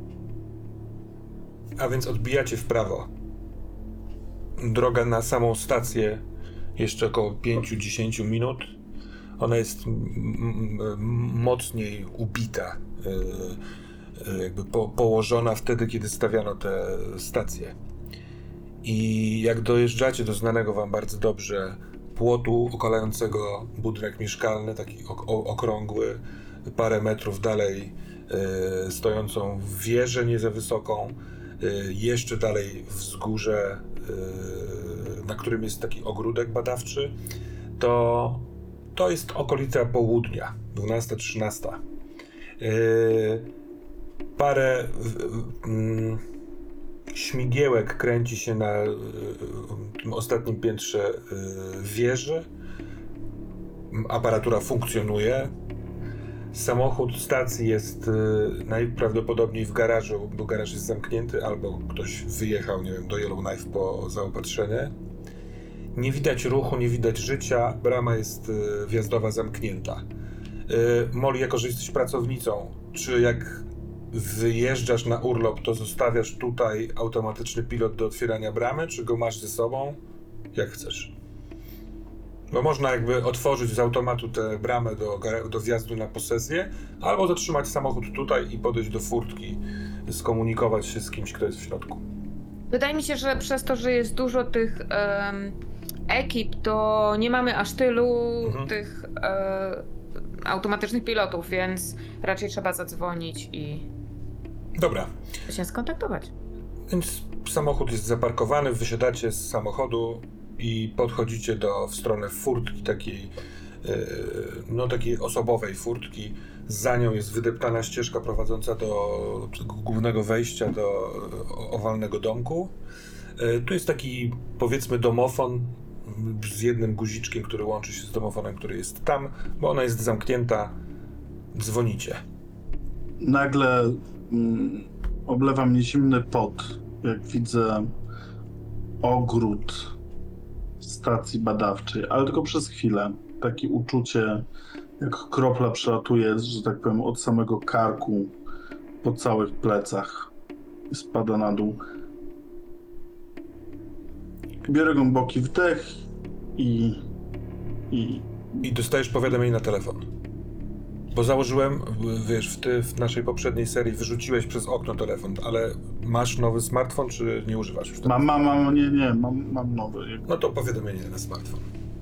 A więc odbijacie w prawo. Droga na samą stację jeszcze około 5-10 minut. Ona jest mocniej ubita, jakby położona wtedy, kiedy stawiano te stacje. I jak dojeżdżacie do znanego wam bardzo dobrze płotu okalającego budynek mieszkalny, taki okrągły, parę metrów dalej stojącą wieżę nie za wysoką, jeszcze dalej wzgórze, na którym jest taki ogródek badawczy, to jest okolica południa, 12-13. Parę śmigiełek kręci się na tym ostatnim piętrze wieży. Aparatura funkcjonuje. Samochód stacji jest najprawdopodobniej w garażu, bo garaż jest zamknięty, albo ktoś wyjechał, nie wiem, do Yellowknife po zaopatrzenie. Nie widać ruchu, nie widać życia, brama jest wjazdowa zamknięta. Molly, jako że jesteś pracownicą, czy jak wyjeżdżasz na urlop, to zostawiasz tutaj automatyczny pilot do otwierania bramy, czy go masz ze sobą? Jak chcesz. Bo można jakby otworzyć z automatu tę bramę do wjazdu na posesję, albo zatrzymać samochód tutaj i podejść do furtki, skomunikować się z kimś, kto jest w środku. Wydaje mi się, że przez to, że jest dużo tych ekip, to nie mamy aż tylu tych automatycznych pilotów, więc raczej trzeba zadzwonić i Dobra. się skontaktować. Więc samochód jest zaparkowany, wysiadacie z samochodu i podchodzicie w stronę furtki, takiej osobowej furtki. Za nią jest wydeptana ścieżka prowadząca do głównego wejścia, do owalnego domku. Tu jest taki, powiedzmy, domofon z jednym guziczkiem, który łączy się z domofonem, który jest tam, bo ona jest zamknięta. Dzwonicie. Nagle oblewa mnie zimny pot, jak widzę ogród stacji badawczej, ale tylko przez chwilę. Takie uczucie, jak kropla przelatuje, że tak powiem, od samego karku po całych plecach i spada na dół. Biorę głęboki wdech i dostajesz powiadomienie na telefon. Bo założyłem, wiesz, w naszej poprzedniej serii wyrzuciłeś przez okno telefon, ale masz nowy smartfon, czy nie używasz już tego? Mam nowy. No to powiadomienie na smartfon.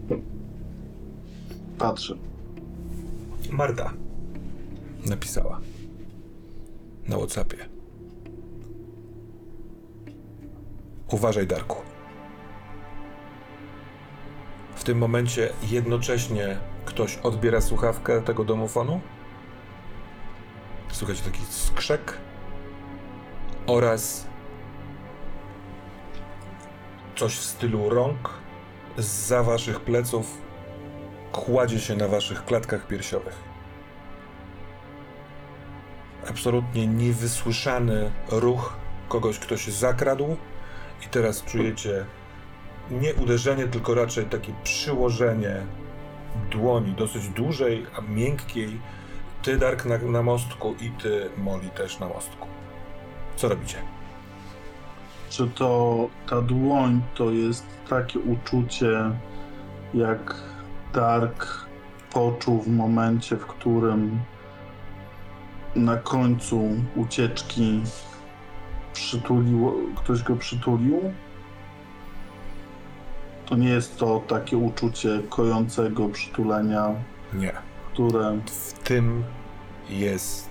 Patrzę. Marta napisała na WhatsAppie. Uważaj, Darku. W tym momencie jednocześnie ktoś odbiera słuchawkę tego domofonu. Słuchajcie taki skrzek oraz coś w stylu rąk zza waszych pleców kładzie się na waszych klatkach piersiowych. Absolutnie niewysłyszany ruch kogoś, kto się zakradł i teraz czujecie nie uderzenie, tylko raczej takie przyłożenie dłoni, dosyć dużej, a miękkiej. Ty, Dark, na mostku i ty, Molly, też na mostku. Co robicie? czy to ta dłoń to jest takie uczucie, jak Dark poczuł w momencie, w którym na końcu ucieczki ktoś go przytulił? To nie jest to takie uczucie kojącego przytulenia, Nie. które... W tym jest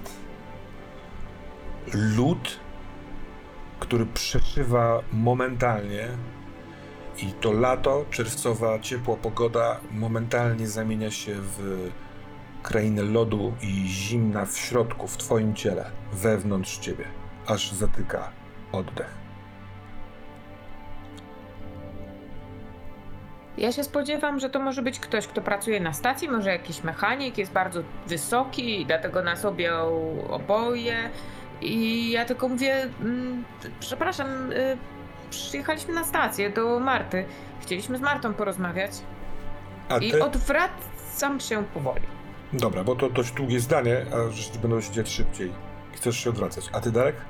lód, który przeszywa momentalnie i to lato, czerwcowa, ciepła pogoda momentalnie zamienia się w krainę lodu i zimna w środku, w twoim ciele, wewnątrz ciebie, aż zatyka oddech. Ja się spodziewam, że to może być ktoś, kto pracuje na stacji, może jakiś mechanik, jest bardzo wysoki i dlatego nas objął oboje. I ja tylko mówię, przepraszam, przyjechaliśmy na stację do Marty. Chcieliśmy z Martą porozmawiać. A I ty? odwracam się powoli. Dobra, bo to dość długie zdanie, a rzeczy będą się dziać szybciej. Chcesz się odwracać. A ty, Darek?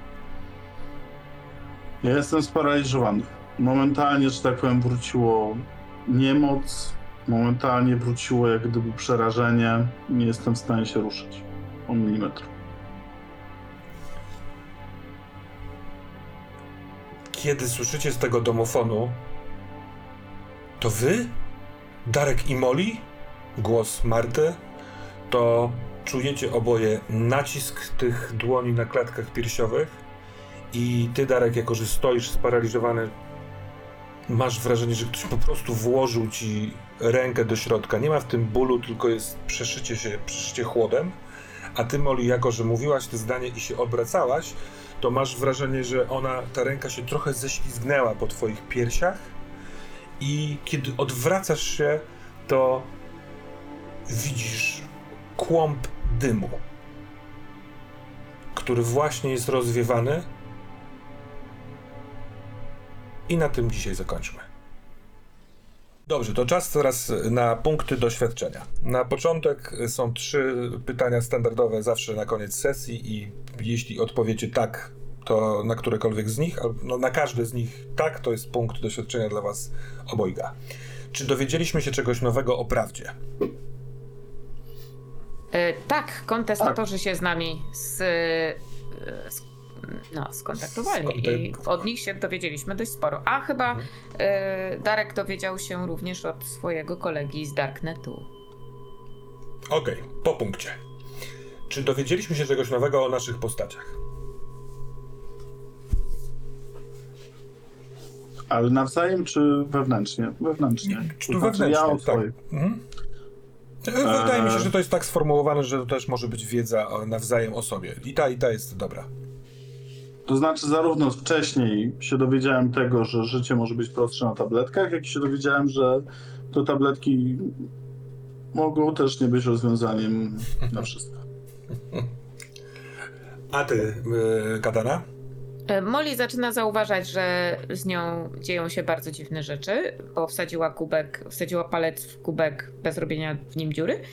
Ja jestem sparaliżowany. Momentalnie, że tak powiem, wróciło niemoc, momentalnie wróciło jak gdyby przerażenie. Nie jestem w stanie się ruszyć o milimetr. Kiedy słyszycie z tego domofonu, to wy? Darek i Molly? Głos Marty? To czujecie oboje nacisk tych dłoni na klatkach piersiowych i ty, Darek, jako że stoisz sparaliżowany, masz wrażenie, że ktoś po prostu włożył ci rękę do środka. Nie ma w tym bólu, tylko jest przeszycie chłodem. A ty, Molly, jako że mówiłaś to zdanie i się obracałaś, to masz wrażenie, że ta ręka się trochę ześlizgnęła po twoich piersiach i kiedy odwracasz się, to widzisz kłąb dymu, który właśnie jest rozwiewany. I na tym dzisiaj zakończmy. Dobrze, to czas teraz na punkty doświadczenia. Na początek są 3 pytania standardowe zawsze na koniec sesji i jeśli odpowiecie tak, to na którekolwiek z nich, albo na każdy z nich tak, to jest punkt doświadczenia dla was obojga. Czy dowiedzieliśmy się czegoś nowego o prawdzie? Tak, kontestatorzy się z nami skontaktowali i od nich się dowiedzieliśmy dość sporo. A chyba Darek dowiedział się również od swojego kolegi z Darknetu. Okej, po punkcie. Czy dowiedzieliśmy się czegoś nowego o naszych postaciach? Ale nawzajem czy wewnętrznie? Wewnętrznie. Czy tu wewnętrznie, ja o tak. swoich. Wydaje mi się, że to jest tak sformułowane, że to też może być wiedza nawzajem o sobie. I ta jest dobra. To znaczy zarówno wcześniej się dowiedziałem tego, że życie może być prostsze na tabletkach, jak i się dowiedziałem, że te tabletki mogą też nie być rozwiązaniem na wszystko. A ty, Katana? Molly zaczyna zauważać, że z nią dzieją się bardzo dziwne rzeczy, bo wsadziła palec w kubek bez robienia w nim dziury.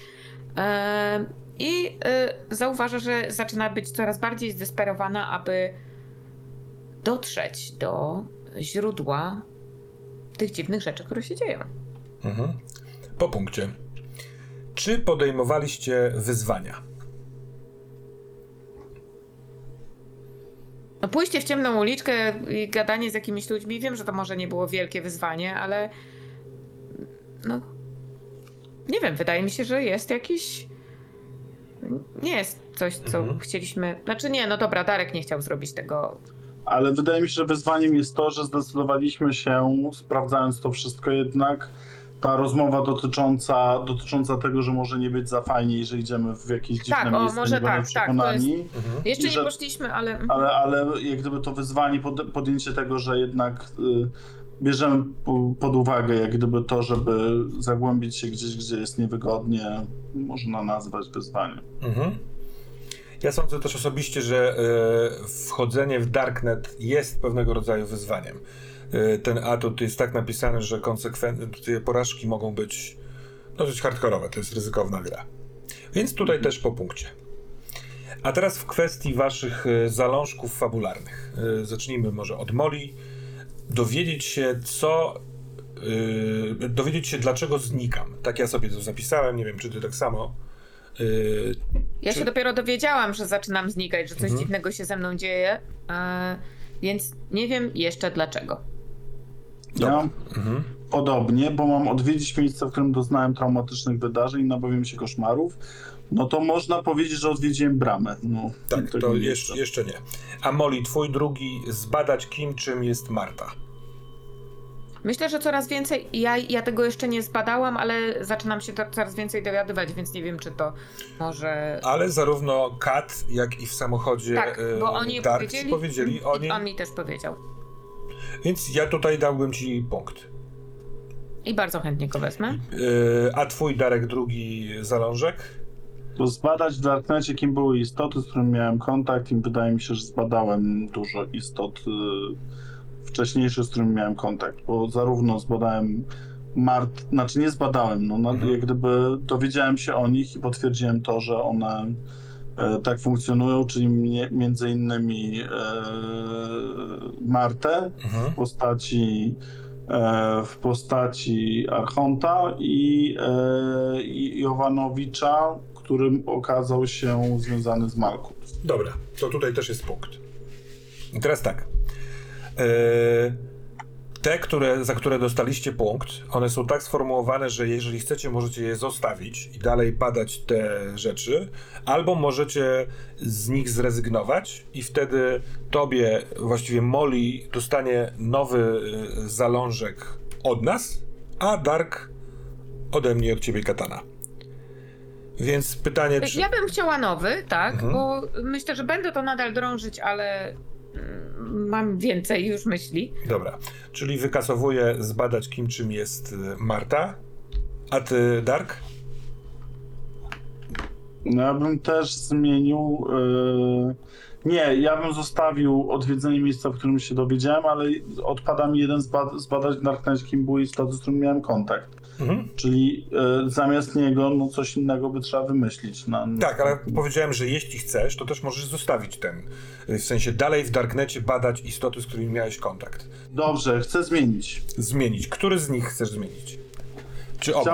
I zauważa, że zaczyna być coraz bardziej zdesperowana, aby dotrzeć do źródła tych dziwnych rzeczy, które się dzieją. Po punkcie. Czy podejmowaliście wyzwania? No, pójście w ciemną uliczkę i gadanie z jakimiś ludźmi, wiem, że to może nie było wielkie wyzwanie, ale no nie wiem, wydaje mi się, że jest jakiś... Nie jest coś, co chcieliśmy... Znaczy nie, no dobra, Darek nie chciał zrobić tego. Ale wydaje mi się, że wyzwaniem jest to, że zdecydowaliśmy się, sprawdzając to wszystko jednak, ta rozmowa dotycząca tego, że może nie być za fajnie, że idziemy w jakieś dziwne miejsce, może nie będą przekonani. To jest... Jeszcze nie poszliśmy, ale... Ale jak gdyby to wyzwanie, podjęcie tego, że jednak bierzemy pod uwagę jak gdyby to, żeby zagłębić się gdzieś, gdzie jest niewygodnie, można nazwać wyzwaniem. Ja sądzę też osobiście, że wchodzenie w Darknet jest pewnego rodzaju wyzwaniem. Ten atut jest tak napisany, że konsekwencje porażki mogą być dosyć hardkorowe, to jest ryzykowna gra. Więc tutaj też po punkcie. A teraz w kwestii waszych zalążków fabularnych. Zacznijmy może od Molly. dowiedzieć się, dowiedzieć się, dlaczego znikam. Tak ja sobie to zapisałem, nie wiem, czy ty tak samo. Ja się dopiero dowiedziałam, że zaczynam znikać, że coś dziwnego się ze mną dzieje, więc nie wiem jeszcze dlaczego. Ja podobnie, bo mam odwiedzić miejsce, w którym doznałem traumatycznych wydarzeń, nabawiłem się koszmarów. No to można powiedzieć, że odwiedziłem bramę. No, Tak, to jeszcze nie. A Molly, twój drugi, zbadać kim, czym jest Marta. Myślę, że coraz więcej, ja tego jeszcze nie zbadałam, ale zaczynam się coraz więcej dowiadywać, więc nie wiem, czy to może... Ale zarówno Kat, jak i w samochodzie Tak, bo oni Dark powiedzieli o nim. on mi też powiedział. Więc ja tutaj dałbym ci punkt. I bardzo chętnie go wezmę. A twój, Darek, drugi zalążek? To zbadać w Darknecie, kim były istoty, z którymi miałem kontakt, i wydaje mi się, że zbadałem dużo istot wcześniejszych, z którymi miałem kontakt, bo zarówno zbadałem znaczy nie zbadałem, jak gdyby dowiedziałem się o nich i potwierdziłem to, że one tak funkcjonują, czyli między innymi Martę w postaci Archonta i Jovanowicza, którym okazał się związany z Malkuth. Dobra, to tutaj też jest punkt. I teraz tak. Te, za które dostaliście punkt, one są tak sformułowane, że jeżeli chcecie, możecie je zostawić i dalej badać te rzeczy, albo możecie z nich zrezygnować i wtedy tobie, właściwie Molly, dostanie nowy zalążek od nas, a Dark ode mnie, od ciebie katana. Więc pytanie, czy... Ja bym chciała nowy, tak, bo myślę, że będę to nadal drążyć, ale mam więcej już myśli. Dobra, czyli wykasowuję zbadać kim, czym jest Marta. A ty, Dark? No ja bym też zmienił... Nie, ja bym zostawił odwiedzenie miejsca, w którym się dowiedziałem, ale odpada mi jeden zbadać w Darknecie, kim były istoty, z którymi miałem kontakt. Czyli zamiast niego, no coś innego by trzeba wymyślić. Tak, ale powiedziałem, że jeśli chcesz, to też możesz zostawić ten, w sensie dalej w Darknecie badać istoty, z którymi miałeś kontakt. Dobrze, chcę zmienić. Zmienić. Który z nich chcesz zmienić? Czy oba?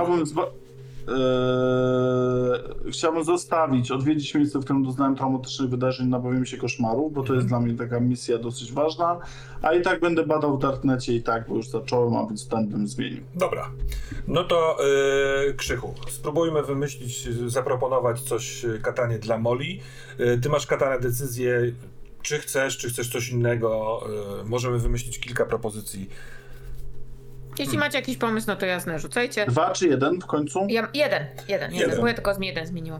Chciałbym zostawić, odwiedzić miejsce, w którym doznałem traumatycznych wydarzeń, nabawiłem się koszmarów, bo to jest dla mnie taka misja dosyć ważna, a i tak będę badał w Darknecie i tak, bo już zacząłem, a więc ten bym zmienił. Dobra. No to Krzychu, spróbujmy wymyślić, zaproponować coś katanie dla Molly. Ty masz, katana, decyzję, czy chcesz coś innego. Możemy wymyślić kilka propozycji. Jeśli macie jakiś pomysł, no to jasne, rzucajcie. 2 czy 1 w końcu? Jeden, bo ja tylko jeden zmieniłam.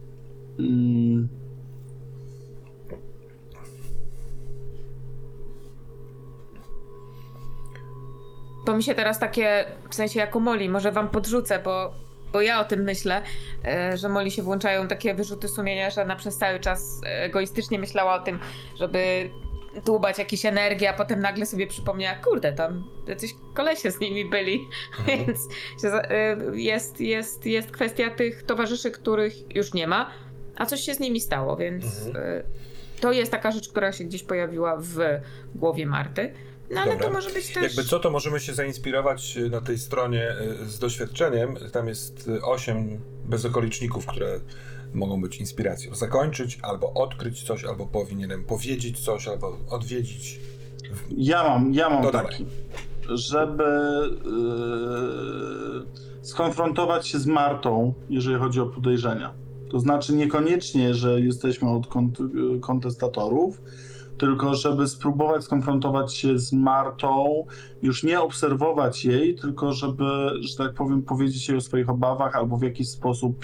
Bo mi się teraz takie, w sensie jako Molly, może wam podrzucę, bo ja o tym myślę, że Molly się włączają takie wyrzuty sumienia, że ona przez cały czas egoistycznie myślała o tym, żeby dłubać jakieś energię, a potem nagle sobie przypomniała, kurde, tam jacyś kolesie z nimi byli, więc jest kwestia tych towarzyszy, których już nie ma, a coś się z nimi stało, więc to jest taka rzecz, która się gdzieś pojawiła w głowie Marty. No ale Dobra. to może być też... Jakby co, to możemy się zainspirować na tej stronie z doświadczeniem. Tam jest 8 bezokoliczników, które mogą być inspiracją. Zakończyć, albo odkryć coś, albo powinienem powiedzieć coś, albo odwiedzić. Ja mam No taki, żeby skonfrontować się z Martą, jeżeli chodzi o podejrzenia. To znaczy niekoniecznie, że jesteśmy od kontestatorów, tylko żeby spróbować skonfrontować się z Martą, już nie obserwować jej, tylko żeby, że tak powiem, powiedzieć jej o swoich obawach, albo w jakiś sposób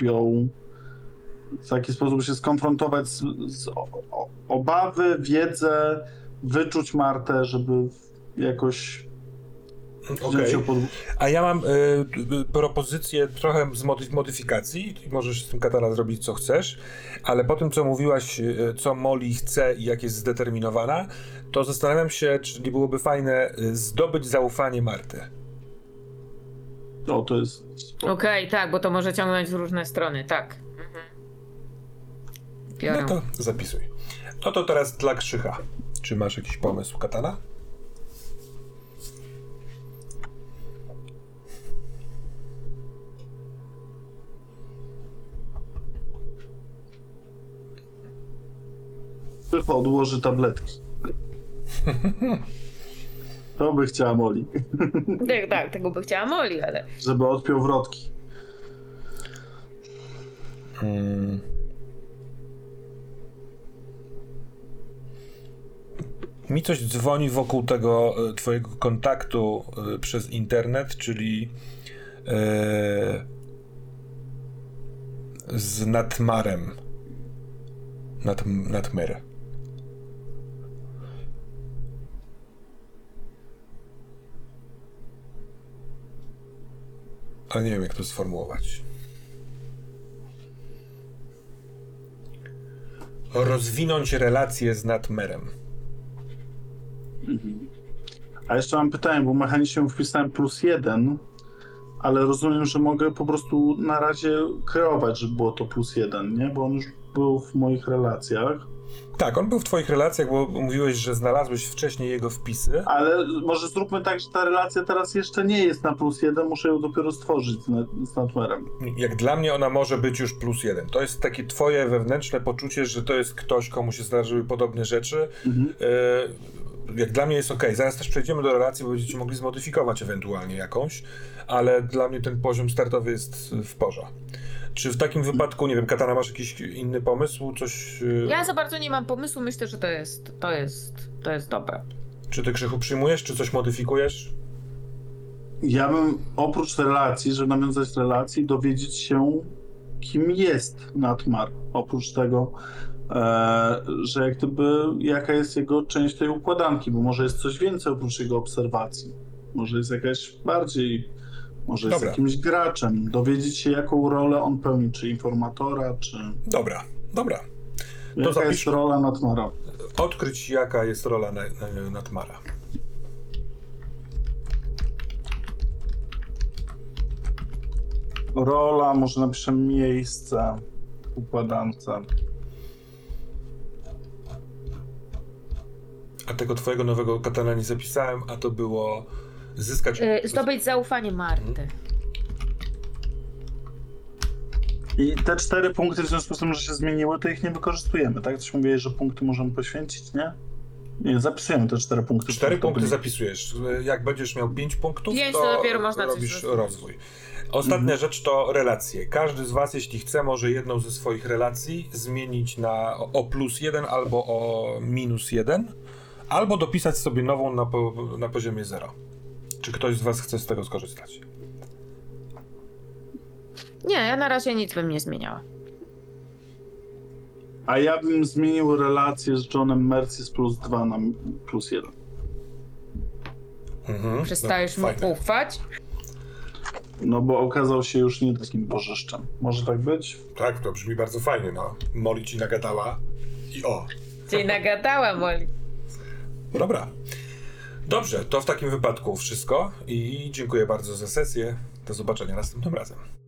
się skonfrontować z obawy, wiedzę, wyczuć Martę, żeby jakoś... Okej. A ja mam propozycję trochę z modyfikacji. Możesz z tym, katana, zrobić co chcesz, ale po tym, co mówiłaś, co Molly chce i jak jest zdeterminowana, to zastanawiam się, czy nie byłoby fajne zdobyć zaufanie Marty. O, to jest... Okej, tak, bo to może ciągnąć w różne strony, tak. Biorę. No to zapisuj. No to teraz dla Krzycha. Czy masz jakiś pomysł, katana? Tylko odłoży tabletki. To by chciała Molly. Tak, tego by chciała Molly, ale... Żeby odpiął wrotki. Mi coś dzwoni wokół tego twojego kontaktu przez internet, czyli z Natmarem. Natmer. Ale nie wiem, jak to sformułować. Rozwinąć relacje z Natmerem. A jeszcze mam pytanie, bo mechanicznie wpisałem +1, ale rozumiem, że mogę po prostu na razie kreować, żeby było to +1, nie? Bo on już był w moich relacjach. Tak, on był w twoich relacjach, bo mówiłeś, że znalazłeś wcześniej jego wpisy. Ale może zróbmy tak, że ta relacja teraz jeszcze nie jest na +1, muszę ją dopiero stworzyć z Natmerem. Jak dla mnie ona może być już +1. To jest takie twoje wewnętrzne poczucie, że to jest ktoś, komu się zdarzyły podobne rzeczy. Jak dla mnie jest okej. Zaraz też przejdziemy do relacji, bo będziecie mogli zmodyfikować ewentualnie jakąś, ale dla mnie ten poziom startowy jest w porządku. Czy w takim wypadku, nie wiem, Katana, masz jakiś inny pomysł? Coś... Ja za bardzo nie mam pomysłu, myślę, że to jest dobre. Czy ty, Krzychu, przyjmujesz, czy coś modyfikujesz? Ja bym oprócz relacji, żeby nawiązać relacje, dowiedzieć się, kim jest Natmar. Oprócz tego, że jak gdyby, jaka jest jego część tej układanki, bo może jest coś więcej oprócz jego obserwacji. Może jest jakaś bardziej, może jest jakimś graczem. Dowiedzieć się, jaką rolę on pełni, czy informatora, czy... Dobra. Jaka jest rola Natmara? Odkryć, jaka jest rola Natmara. Rola, może napiszę miejsce w układance. A tego twojego nowego Katana nie zapisałem, a to było zyskać... Zdobyć zaufanie Marty. I te 4 punkty w związku z tym, że się zmieniły, to ich nie wykorzystujemy, tak? Coś mówiłeś, że punkty możemy poświęcić, nie? Nie, zapisujemy te 4 punkty. 4 punkty zapisujesz. Jak będziesz miał 5 punktów, 5 to dopiero można coś robisz zrobić. rozwój. Ostatnia rzecz to relacje. Każdy z was, jeśli chce, może jedną ze swoich relacji zmienić na o +1 albo o -1, albo dopisać sobie nową na poziomie 0. Czy ktoś z was chce z tego skorzystać? Nie, ja na razie nic bym nie zmieniała. A ja bym zmienił relację z Johnem Mercy z +2 na +1. Przestajesz mu fajne. ufać? No bo okazał się już nie takim bożyszczem. Może tak być? Tak, to brzmi bardzo fajnie, no. Molly ci nagadała i o. Cię nagadała, Molly. Dobra. Dobrze, to w takim wypadku wszystko i dziękuję bardzo za sesję. Do zobaczenia następnym razem.